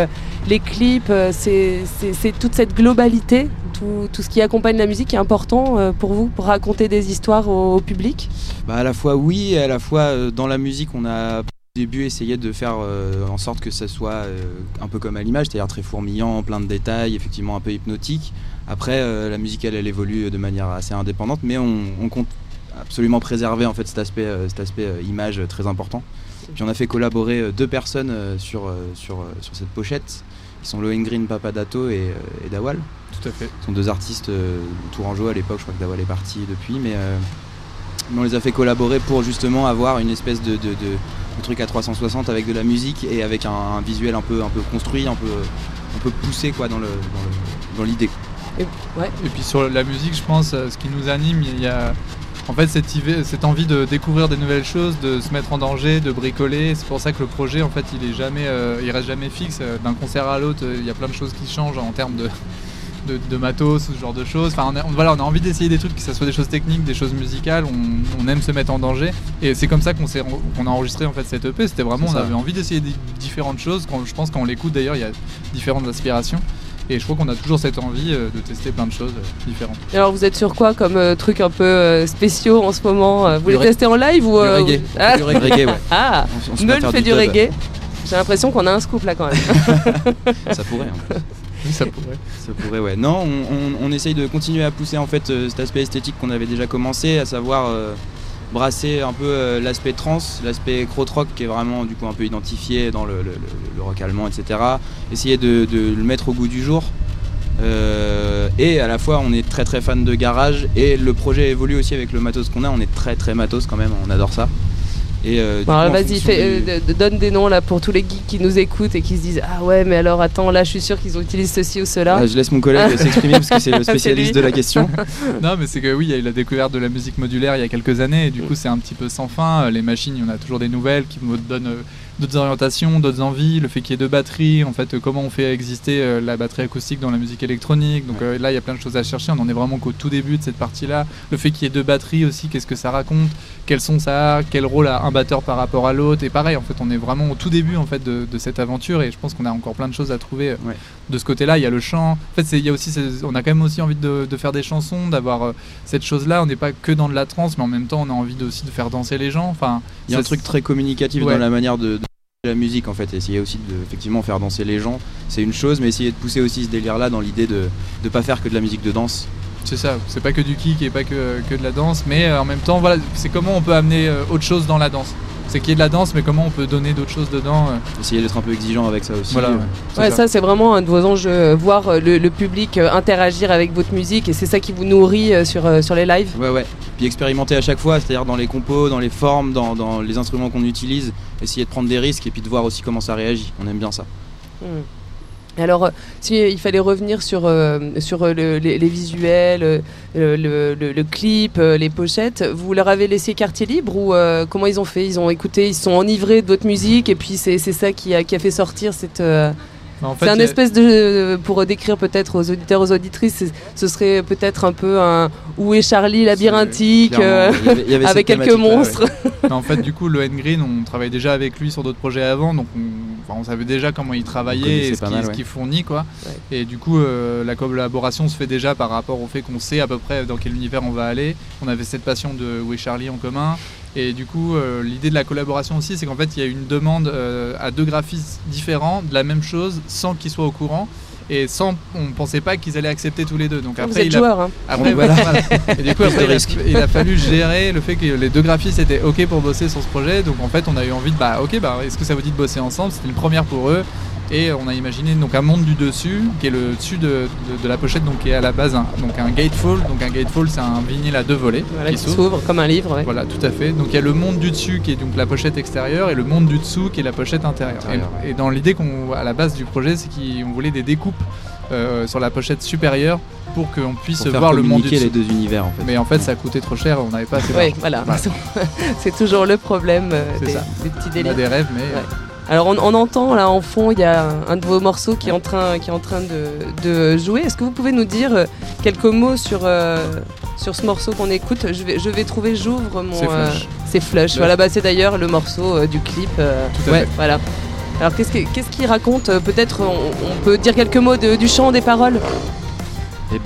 les clips, c'est toute cette globalité, tout ce qui accompagne la musique qui est important pour vous, pour raconter des histoires au public? À la fois oui, et à la fois dans la musique on a au début essayé de faire en sorte que ça soit un peu comme à l'image, c'est-à-dire très fourmillant, plein de détails, effectivement un peu hypnotique. Après la musique elle évolue de manière assez indépendante, mais on compte absolument préserver en fait cet aspect image très important. Puis on a fait collaborer 2 personnes sur cette pochette, qui sont Lohengrin Papadato et Dawal. Tout à fait. Ce sont 2 artistes tourangeaux à l'époque, je crois que Dawal est parti depuis, mais on les a fait collaborer pour justement avoir une espèce de truc à 360 avec de la musique et avec un visuel un peu construit, un peu poussé quoi, dans l'idée. Et puis sur la musique, je pense, ce qui nous anime, il y a en fait cette envie de découvrir des nouvelles choses, de se mettre en danger, de bricoler. C'est pour ça que le projet, en fait, il reste jamais fixe. D'un concert à l'autre, il y a plein de choses qui changent en termes de matos, ce genre de choses. Enfin, on a envie d'essayer des trucs, que ce soit des choses techniques, des choses musicales. On aime se mettre en danger. Et c'est comme ça qu'on a enregistré en fait cette EP. C'était vraiment, on avait envie d'essayer différentes choses. Je pense quand on l'écoute d'ailleurs, il y a différentes aspirations. Et je crois qu'on a toujours cette envie de tester plein de choses différentes. Et alors vous êtes sur quoi comme trucs un peu spéciaux en ce moment? Vous les testez en live ou du reggae. Du reggae, ouais. Ah, Meul fait du reggae. J'ai l'impression qu'on a un scoop là quand même. Ça pourrait en plus. Oui, ça pourrait. Ça pourrait, ouais. Non, on essaye de continuer à pousser en fait cet aspect esthétique qu'on avait déjà commencé, à savoir brasser un peu l'aspect trance, l'aspect krautrock qui est vraiment du coup un peu identifié dans le rock allemand, etc. Essayer de le mettre au goût du jour. Et à la fois on est très très fan de garage et le projet évolue aussi avec le matos qu'on a. On est très très matos quand même, on adore ça. Et alors vas-y, donne des noms là pour tous les geeks qui nous écoutent et qui se disent ah ouais mais alors attends là je suis sûr qu'ils utilisent ceci ou cela. Je laisse mon collègue s'exprimer parce que c'est le spécialiste de la question. Non mais c'est que oui, il y a eu la découverte de la musique modulaire il y a quelques années et du coup c'est un petit peu sans fin. Les machines, il y en a toujours des nouvelles qui me donnent d'autres orientations, d'autres envies, le fait qu'il y ait 2 batteries, en fait comment on fait exister la batterie acoustique dans la musique électronique, donc là il y a plein de choses à chercher, on en est vraiment qu'au tout début de cette partie-là, le fait qu'il y ait 2 batteries aussi, qu'est-ce que ça raconte, quel son ça a, quel rôle a un batteur par rapport à l'autre, et pareil en fait on est vraiment au tout début en fait de cette aventure et je pense qu'on a encore plein de choses à trouver de ce côté-là. Il y a le chant, en fait il y a aussi, on a quand même aussi envie de faire des chansons, d'avoir cette chose-là, on n'est pas que dans de la trance mais en même temps on a envie aussi de faire danser les gens, enfin il y a un truc très communicatif dans la manière de la musique en fait, essayer aussi de effectivement faire danser les gens, c'est une chose, mais essayer de pousser aussi ce délire là dans l'idée de pas faire que de la musique de danse. C'est ça, c'est pas que du kick et pas que de la danse, mais en même temps voilà, c'est comment on peut amener autre chose dans la danse. C'est qu'il y ait de la danse, mais comment on peut donner d'autres choses dedans. Essayer d'être un peu exigeant avec ça aussi. Voilà, ça c'est vraiment un de vos enjeux, voir le public interagir avec votre musique et c'est ça qui vous nourrit sur les lives. Ouais. Puis expérimenter à chaque fois, c'est-à-dire dans les compos, dans les formes, dans les instruments qu'on utilise, essayer de prendre des risques et puis de voir aussi comment ça réagit. On aime bien ça. Alors, s'il fallait revenir sur les visuels, le clip, les pochettes, vous leur avez laissé quartier libre ou comment ils ont fait? Ils ont écouté, ils se sont enivrés de votre musique et puis c'est ça qui a fait sortir cette... c'est un espèce de... Pour décrire peut-être aux auditeurs, aux auditrices, ce serait peut-être un peu un Où est Charlie labyrinthique, il y avait avec quelques monstres. Ouais. Non, en fait, du coup, Lohengrin, on travaille déjà avec lui sur d'autres projets avant, donc on savait déjà comment il travaillait et ce qu'il fournit, quoi. Ouais. Et du coup, la collaboration se fait déjà par rapport au fait qu'on sait à peu près dans quel univers on va aller. On avait cette passion de Où est Charlie en commun. Et du coup, l'idée de la collaboration aussi, c'est qu'en fait, il y a une demande à 2 graphistes différents de la même chose sans qu'ils soient au courant. Et on ne pensait pas qu'ils allaient accepter tous les 2. Donc après, voilà. Et du coup, après, il a fallu gérer le fait que les 2 graphistes étaient OK pour bosser sur ce projet. Donc en fait, on a eu envie de est-ce que ça vous dit de bosser ensemble? C'était une première pour eux. Et on a imaginé donc un monde du dessus, qui est le dessus de la pochette, donc qui est à la base un gatefold. Donc un gatefold, c'est un vinyle à 2 volets qui s'ouvre comme un livre. Ouais. Voilà, tout à fait. Donc il y a le monde du dessus qui est donc la pochette extérieure et le monde du dessous qui est la pochette intérieure. Et dans l'idée à la base du projet, c'est qu'on voulait des découpes sur la pochette supérieure pour qu'on puisse voir le monde du dessous. Les 2 univers en fait. Mais en fait, ça coûtait trop cher, on n'avait pas assez d'argent. Oui, voilà. C'est toujours le problème des petits délires. On a des rêves, mais... Ouais. Alors on entend là en fond, il y a un de vos morceaux qui est en train de jouer. Est-ce que vous pouvez nous dire quelques mots sur ce morceau qu'on écoute? Je vais trouver, j'ouvre mon... C'est Flush. C'est Flush. Voilà, c'est d'ailleurs le morceau du clip. Tout à fait. Voilà. Alors qu'est-ce qu'il raconte? Peut-être on peut dire quelques mots du chant, des paroles. Et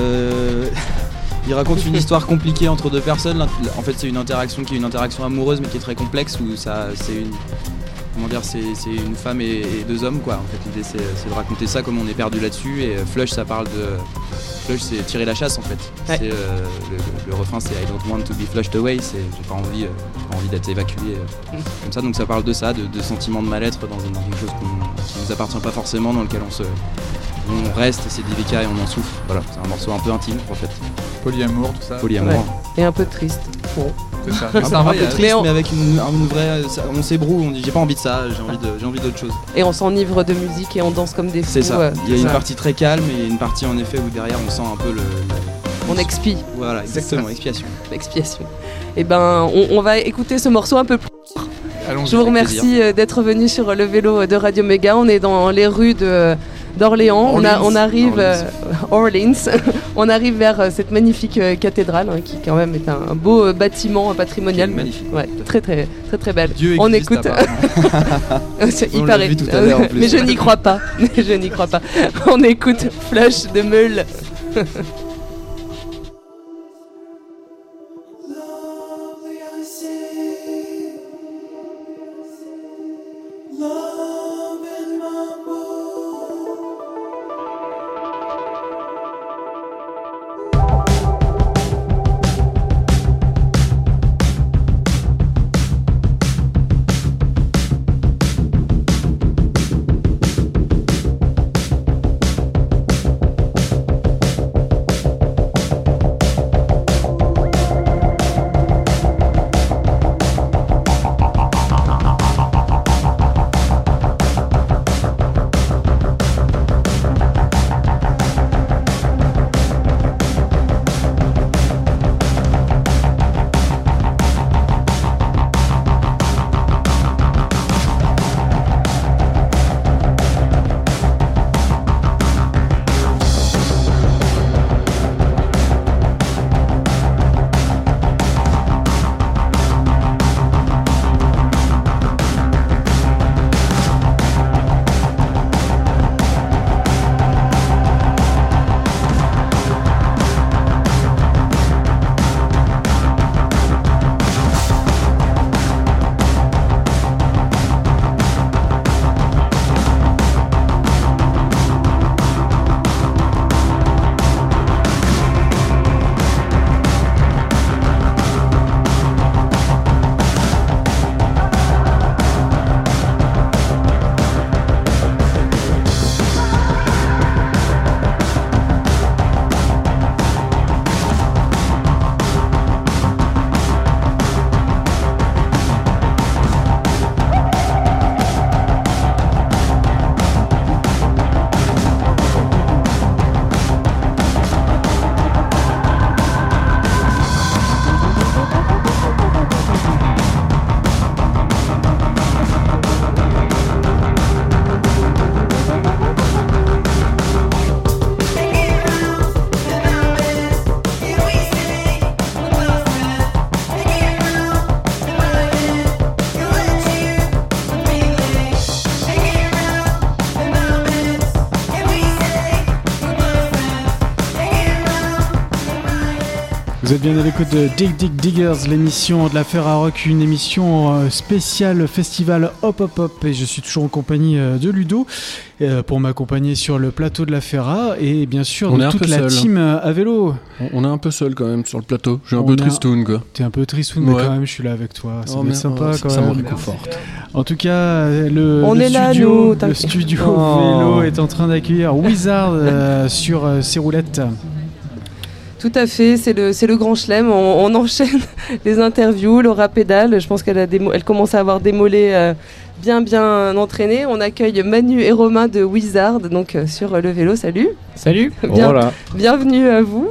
il raconte une histoire compliquée entre deux personnes. En fait, c'est une interaction qui est une interaction amoureuse, mais qui est très complexe, où c'est une femme et deux hommes, quoi. En fait, l'idée c'est de raconter ça comme on est perdu là-dessus. Et Flush, ça parle de Flush, c'est tirer la chasse, en fait. Ouais. C'est le refrain, c'est I don't want to be flushed away. C'est j'ai pas envie d'être évacué comme ça. Donc ça parle de ça, de sentiments de mal-être dans quelque chose qui nous appartient pas forcément, dans lequel on reste, c'est délicat et on en souffre. Voilà, c'est un morceau un peu intime, en fait. Polyamour, tout ça. Polyamour. Ouais. Et un peu triste. Bon. C'est ça. un peu triste, mais avec une vraie. On s'ébroue, on dit j'ai pas envie de ça, j'ai envie d'autre chose. Et on s'enivre de musique et on danse comme des fous. C'est ça. Il y a une partie très calme et une partie en effet où derrière on sent un peu on expie. Voilà, exactement, expiation. L'expiation. Et on va écouter ce morceau un peu plus. Allons-y. Je vous remercie d'être venu sur le vélo de Radio Méga. On est dans les rues d'Orléans. On arrive Orleans. On arrive vers cette magnifique cathédrale qui quand même est un beau bâtiment patrimonial. Magnifique. Ouais, très très très très belle. Dieu on existe, écoute. Il paraît. Vu tout à l'heure, en plus. Mais je n'y crois pas. Je n'y crois pas. On écoute Flush de Meule. Vous êtes bien à l'écoute de Dig Dig Diggers, l'émission de la Ferrarock, une émission spéciale festival Hop Hop Hop, et je suis toujours en compagnie de Ludo pour m'accompagner sur le plateau de la Ferra, et bien sûr de toute la team à vélo. On est un peu seul quand même sur le plateau, j'ai un peu tristoun quoi. T'es un peu tristoun, mais quand même je suis là avec toi, ça va être sympa quand même. Ça me réconforte. En tout cas, le studio vélo est en train d'accueillir Wizard sur ses roulettes. Tout à fait, c'est le grand chelem. On enchaîne les interviews. Laura pédale, je pense qu'elle commence à avoir des mollets bien entraînés. On accueille Manu et Romain de Wizard, donc sur le vélo. Salut. Salut. Bienvenue à vous.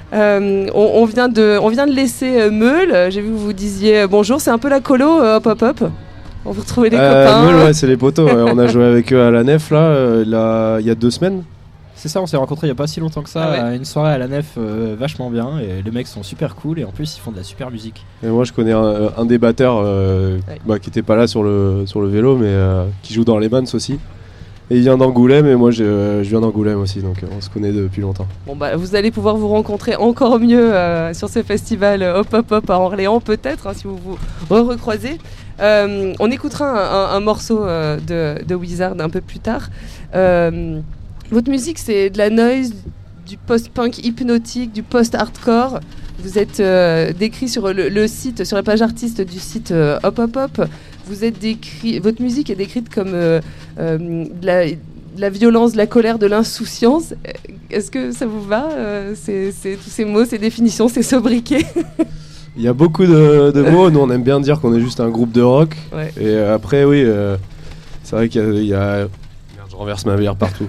On vient de laisser Meule. J'ai vu que vous disiez bonjour. C'est un peu la colo Hop Hop Hop. On vous retrouvez les copains. Meule, ouais, c'est les potos. On a joué avec eux à la Nef là, il y a 2 semaines. C'est ça, on s'est rencontrés il y a pas si longtemps que ça, Ah ouais. à une soirée à la Nef, vachement bien, et les mecs sont super cool, et en plus ils font de la super musique. Et moi je connais un des batteurs qui était pas là sur le vélo, mais qui joue dans les Mans aussi. Et il vient d'Angoulême, et moi je viens d'Angoulême aussi, donc on se connaît depuis longtemps. Bon bah vous allez pouvoir vous rencontrer encore mieux sur ce festival Hop Hop Hop à Orléans peut-être si vous vous recroisez. On écoutera un morceau de Wizard un peu plus tard. Votre musique c'est de la noise, du post-punk hypnotique, du post-hardcore. Vous êtes décrit sur le site, sur la page artiste du site Hop Hop Hop. Vous êtes votre musique est décrite comme de la violence, de la colère, de l'insouciance. Est-ce que ça vous va tous ces mots, ces définitions, ces sobriquets? Il y a beaucoup de mots, nous on aime bien dire qu'on est juste un groupe de rock. Ouais. Et après oui, c'est vrai qu'il y a... Merde, je renverse ma bière partout.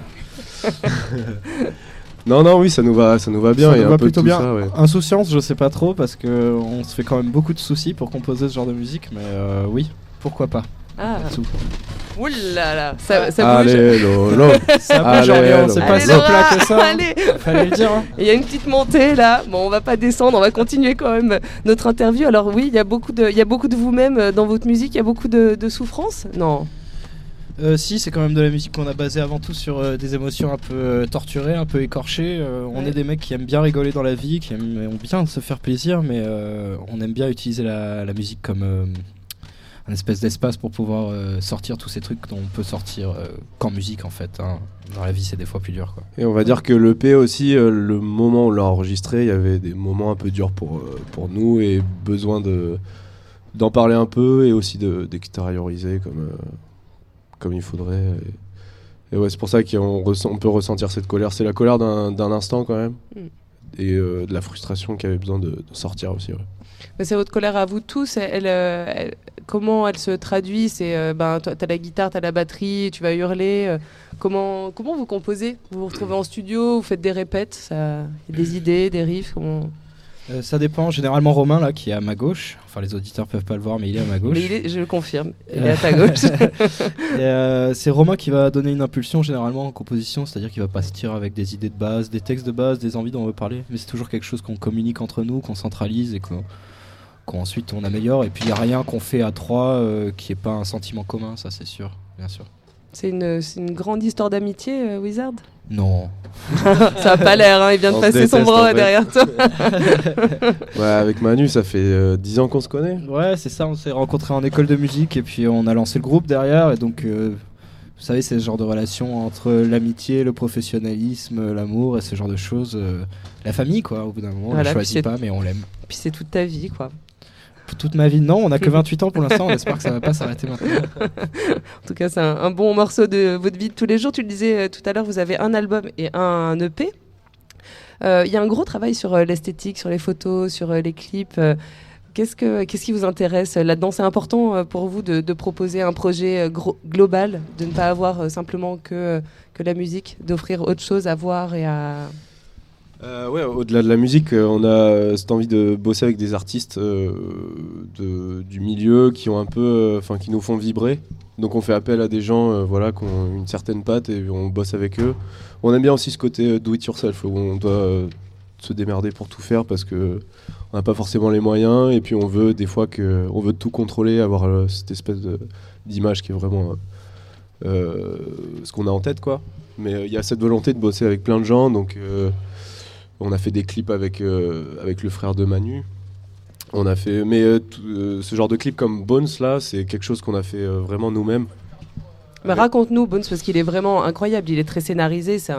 Non, oui, ça nous va bien. Ça il y nous a va un peu plutôt de tout bien. ça, ouais. Insouciance, je sais pas trop, parce qu'on se fait quand même beaucoup de soucis pour composer ce genre de musique, mais oui, pourquoi pas. Ah. Dessous. Ouh là là, ça bouge. Allez, Lolo. Ça bouge, Orléans, c'est pas Allez, si Laura, plat que ça. allez. Fallait le dire. Hein. Il y a une petite montée là. Bon, on va pas descendre, on va continuer quand même notre interview. Alors oui, il y a beaucoup de vous-même dans votre musique. Il y a beaucoup de souffrance. Non. Si, c'est quand même de la musique qu'on a basée avant tout sur des émotions un peu torturées, un peu écorchées. On est des mecs qui aiment bien rigoler dans la vie, qui aiment bien se faire plaisir, mais on aime bien utiliser la musique comme un espèce d'espace pour pouvoir sortir tous ces trucs dont on peut sortir qu'en musique en fait. Hein. Dans la vie, c'est des fois plus dur, quoi. Et on va dire que l'EP aussi, le moment où on l'a enregistré, il y avait des moments un peu durs pour nous et besoin d'en parler un peu et aussi d'extérioriser comme il faudrait. Et ouais, c'est pour ça qu'on peut ressentir cette colère. C'est la colère d'un instant quand même. Et de la frustration qui avait besoin de sortir aussi. Ouais. Mais c'est votre colère à vous tous. Comment elle se traduit? C'est toi, t'as la guitare, t'as la batterie, tu vas hurler. Comment vous composez? Vous vous retrouvez en studio, vous faites des répètes, il y a des idées, des riffs. Ça dépend. Généralement Romain là qui est à ma gauche. Enfin les auditeurs peuvent pas le voir mais il est à ma gauche. Mais je le confirme, il est à ta gauche. Et c'est Romain qui va donner une impulsion généralement en composition, c'est-à-dire qu'il va partir avec des idées de base, des textes de base, des envies dont on veut parler. Mais c'est toujours quelque chose qu'on communique entre nous, qu'on centralise et qu'ensuite on améliore. Et puis il n'y a rien qu'on fait à trois qui n'est pas un sentiment commun, ça c'est sûr, bien sûr. C'est une grande histoire d'amitié, Wizard? Non. Ça a pas l'air, hein, il vient de passer son bras derrière toi. Ouais, avec Manu, ça fait 10 ans qu'on se connaît. Ouais, c'est ça, on s'est rencontrés en école de musique et puis on a lancé le groupe derrière. Et donc, vous savez, c'est ce genre de relation entre l'amitié, le professionnalisme, l'amour et ce genre de choses. La famille, quoi, au bout d'un moment, on ne choisit pas, mais on l'aime. Puis c'est toute ta vie, quoi. Toute ma vie, non, on n'a que 28 ans pour l'instant, on espère que ça va pas s'arrêter maintenant. En tout cas, c'est un bon morceau de votre vie de tous les jours. Tu le disais tout à l'heure, vous avez un album et un EP. Il y a un gros travail sur l'esthétique, sur les photos, sur les clips. Qu'est-ce qui vous intéresse là-dedans? C'est important pour vous de proposer un projet global, de ne pas avoir simplement que la musique, d'offrir autre chose à voir et à... Ouais, au-delà de la musique, on a cette envie de bosser avec des artistes du milieu qui ont un peu, qui nous font vibrer. Donc on fait appel à des gens, qui ont une certaine patte et on bosse avec eux. On aime bien aussi ce côté do it yourself où on doit se démerder pour tout faire parce que on n'a pas forcément les moyens et puis on veut des fois on veut tout contrôler, avoir cette espèce d'image qui est vraiment ce qu'on a en tête, quoi. Mais il y a cette volonté de bosser avec plein de gens, donc. On a fait des clips avec le frère de Manu. On a fait, ce genre de clip comme Bones là, c'est quelque chose qu'on a fait vraiment nous-mêmes. Mais raconte-nous Bones parce qu'il est vraiment incroyable. Il est très scénarisé. C'est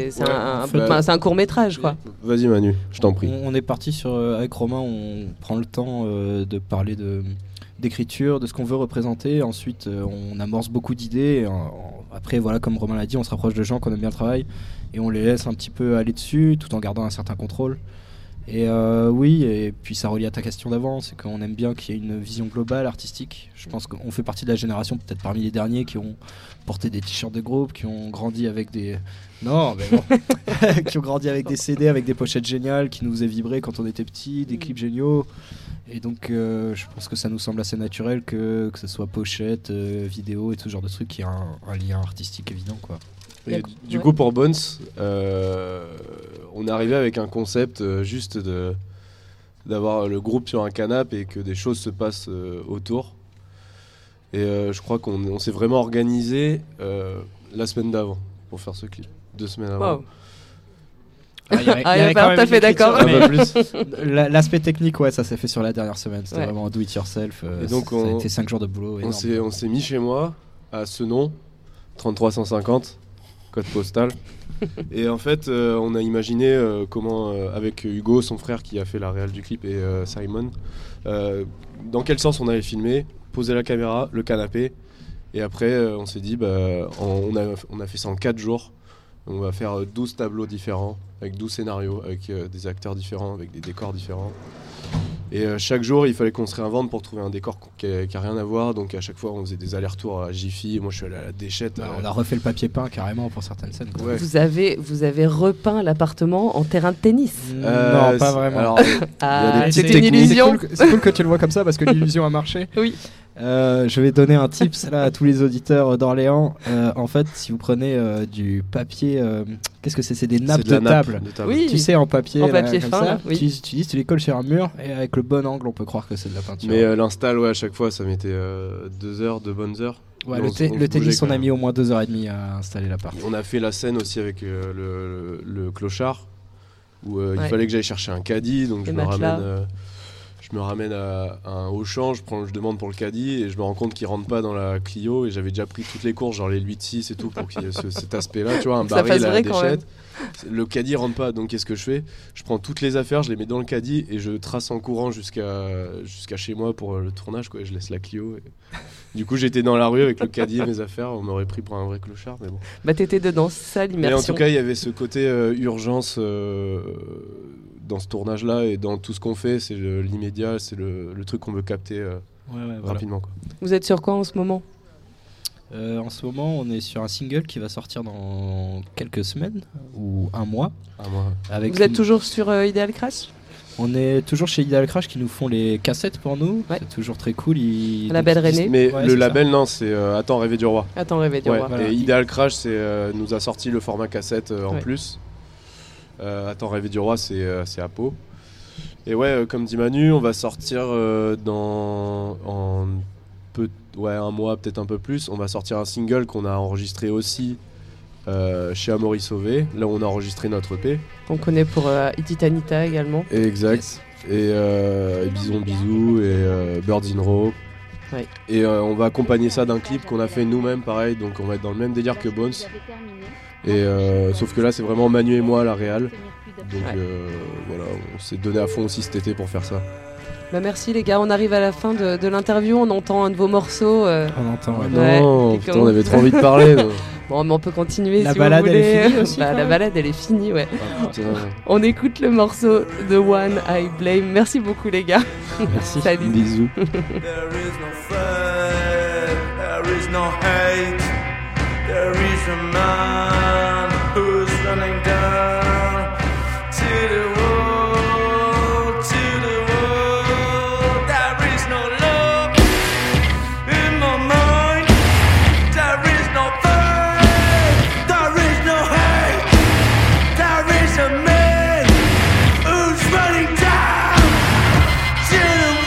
un court métrage, quoi. Vas-y Manu, je t'en prie. On est parti avec Romain. On prend le temps de parler d'écriture, de ce qu'on veut représenter. Ensuite, on amorce beaucoup d'idées. Après, voilà, comme Romain l'a dit, on se rapproche de gens qu'on aime bien le travail et on les laisse un petit peu aller dessus, tout en gardant un certain contrôle. Et oui, et puis ça relie à ta question d'avant, c'est qu'on aime bien qu'il y ait une vision globale, artistique. Je pense qu'on fait partie de la génération, peut-être parmi les derniers, qui ont porté des t-shirts de groupe, qui ont grandi avec des... Non, mais bon. Qui ont grandi avec des CD, avec des pochettes géniales, qui nous faisaient vibrer quand on était petits, des clips géniaux. Et donc je pense que ça nous semble assez naturel que ce soit pochette, vidéo et tout ce genre de trucs qui a un lien artistique évident, quoi. Et du coup pour Bones, on est arrivé avec un concept juste d'avoir le groupe sur un canapé et que des choses se passent autour. Et je crois qu'on s'est vraiment organisé la semaine d'avant pour faire ce clip, 2 semaines avant. Wow. Il y avait pas tout à fait d'accord. L'aspect technique, ouais, ça s'est fait sur la dernière semaine. C'était vraiment do it yourself. Et donc ça a été 5 jours de boulot. On s'est mis chez moi à Senon, 3350, code postal. Et en fait, on a imaginé comment, avec Hugo, son frère qui a fait la réal du clip, et Simon, dans quel sens on allait filmer, poser la caméra, le canapé. Et après, on s'est dit, on a fait ça en 4 jours. On va faire 12 tableaux différents, avec 12 scénarios, avec des acteurs différents, avec des décors différents. Et chaque jour, il fallait qu'on se réinvente pour trouver un décor qui a rien à voir. Donc à chaque fois, on faisait des allers-retours à Jiffy. Moi, je suis allé à la Déchette. On a refait le papier peint carrément pour certaines scènes. Ouais. Vous avez repeint l'appartement en terrain de tennis. Non, pas vraiment. Alors, c'est une illusion. C'est cool que tu le vois comme ça parce que l'illusion a marché. Oui. Je vais donner un tips là à tous les auditeurs d'Orléans. En fait, si vous prenez du papier, qu'est-ce que c'est ? C'est des nappes de table. Oui. Tu sais, en papier, en papier comme fin. ça. Oui. Tu les colles sur un mur et avec le bon angle, on peut croire que c'est de la peinture. Mais l'install, ouais, à chaque fois, ça mettait 2 heures, 2 bonnes heures. Ouais, le tennis, on a mis au moins 2h30 à installer l'appart. On a fait la scène aussi avec le clochard où il fallait que j'aille chercher un caddie, donc je me ramène à un Auchan, je demande pour le caddie et je me rends compte qu'il rentre pas dans la Clio et j'avais déjà pris toutes les courses, genre les 8-6 et tout pour qu'il y ait cet aspect-là, tu vois, un baril à la Déchette. Le caddie rentre pas, donc qu'est-ce que je fais ? Je prends toutes les affaires, je les mets dans le caddie et je trace en courant jusqu'à chez moi pour le tournage, quoi, et je laisse la Clio. Et... Du coup, j'étais dans la rue avec le caddie et mes affaires, on m'aurait pris pour un vrai clochard, mais bon. Bah t'étais dedans, c'est ça l'immersion. Mais en tout cas, il y avait ce côté urgence dans ce tournage-là et dans tout ce qu'on fait, c'est l'immédiat, c'est le truc qu'on veut capter rapidement. Quoi. Vous êtes sur quoi en ce moment ? En ce moment, on est sur un single qui va sortir dans quelques semaines ou un mois. Vous êtes toujours sur Ideal Crash ? On est toujours chez Ideal Crash qui nous font les cassettes pour nous. Ouais. C'est toujours très cool. Label René. Mais le label, ça. Non, c'est Attends rêver du roi. Attends rêver du roi. Voilà. Et Ideal Crash, nous a sorti le format cassette en plus. Attends rêver du roi, c'est Apo. Et ouais, comme dit Manu, on va sortir dans un mois, peut-être un peu plus. On va sortir un single qu'on a enregistré aussi chez Amaury Sauvé, là où on a enregistré notre EP. On connaît pour Ititanita également. Exact. Yes. Et Bison Bisou et Birds in Row. Ouais. Et on va accompagner ça d'un clip qu'on a fait nous-mêmes, pareil. Donc on va être dans le même délire que Bones. Et sauf que là, c'est vraiment Manu et moi la réal. Donc voilà, on s'est donné à fond aussi cet été pour faire ça. Bah merci les gars, on arrive à la fin de l'interview, on entend un de vos morceaux. On entend. Non, putain, on avait trop envie de parler. Bon, mais on peut continuer la si balade, vous voulez. Elle est finie aussi, la balade, elle est finie, ouais. On écoute le morceau de One I Blame. Merci beaucoup les gars. Merci. Salut. Bisous. There is no fight, there is no hate, there is a man who's running down to the world, there is no love in my mind, there is no faith, there is no hate, there is a man who's running down to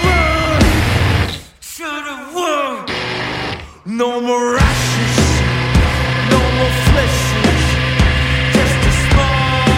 the world. No more ashes, no more flesh, just a small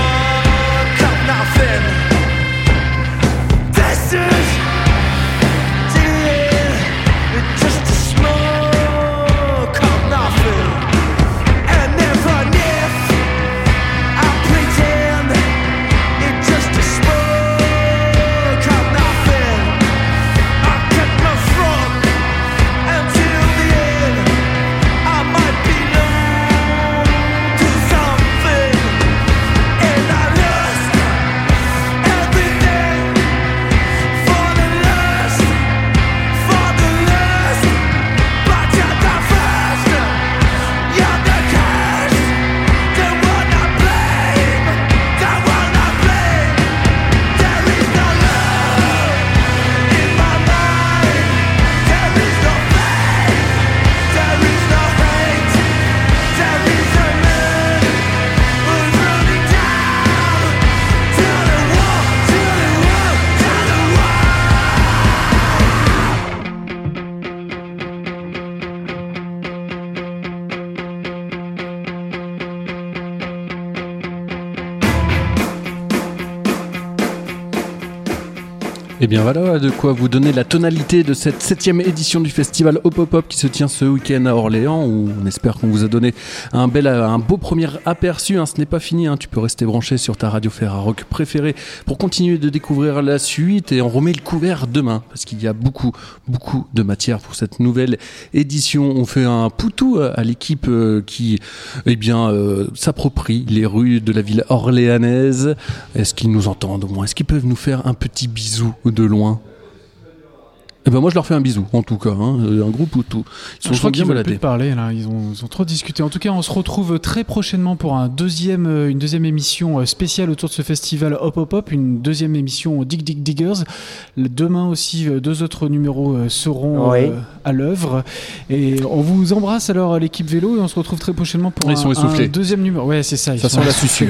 Et bien voilà de quoi vous donner la tonalité de cette 7e édition du festival Hop Hop Hop qui se tient ce week-end à Orléans, où on espère qu'on vous a donné un beau premier aperçu. Ce n'est pas fini, tu peux rester branché sur ta radio Ferrarock préférée pour continuer de découvrir la suite, et on remet le couvert demain parce qu'il y a beaucoup de matière pour cette nouvelle édition. On fait un poutou à l'équipe qui s'approprie les rues de la ville orléanaise. Est-ce qu'ils nous entendent au moins? Est-ce qu'ils peuvent nous faire un petit bisou de loin? Moi je leur fais un bisou en tout cas, un gros poutou. Je crois qu'ils veulent plus parler là, ils ont trop discuté. En tout cas, on se retrouve très prochainement pour une deuxième émission spéciale autour de ce festival Hop Hop Hop, une deuxième émission Dig Dig Diggers. Demain aussi, 2 autres numéros seront à l'œuvre. Et on vous embrasse alors l'équipe vélo, et on se retrouve très prochainement pour un deuxième numéro. Ouais, c'est ça. Ça sent la susu.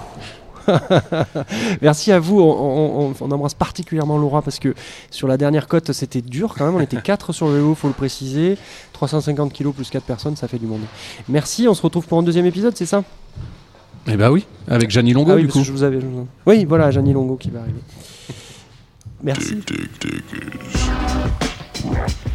Merci à vous, on embrasse particulièrement Laura parce que sur la dernière cote c'était dur quand même, on était 4 sur le vélo, faut le préciser, 350 kilos plus 4 personnes, ça fait du monde. Merci, on se retrouve pour un deuxième épisode, c'est ça? Eh ben oui, avec Jeannie Longo du coup. Oui, voilà, Jeannie Longo qui va arriver. Merci.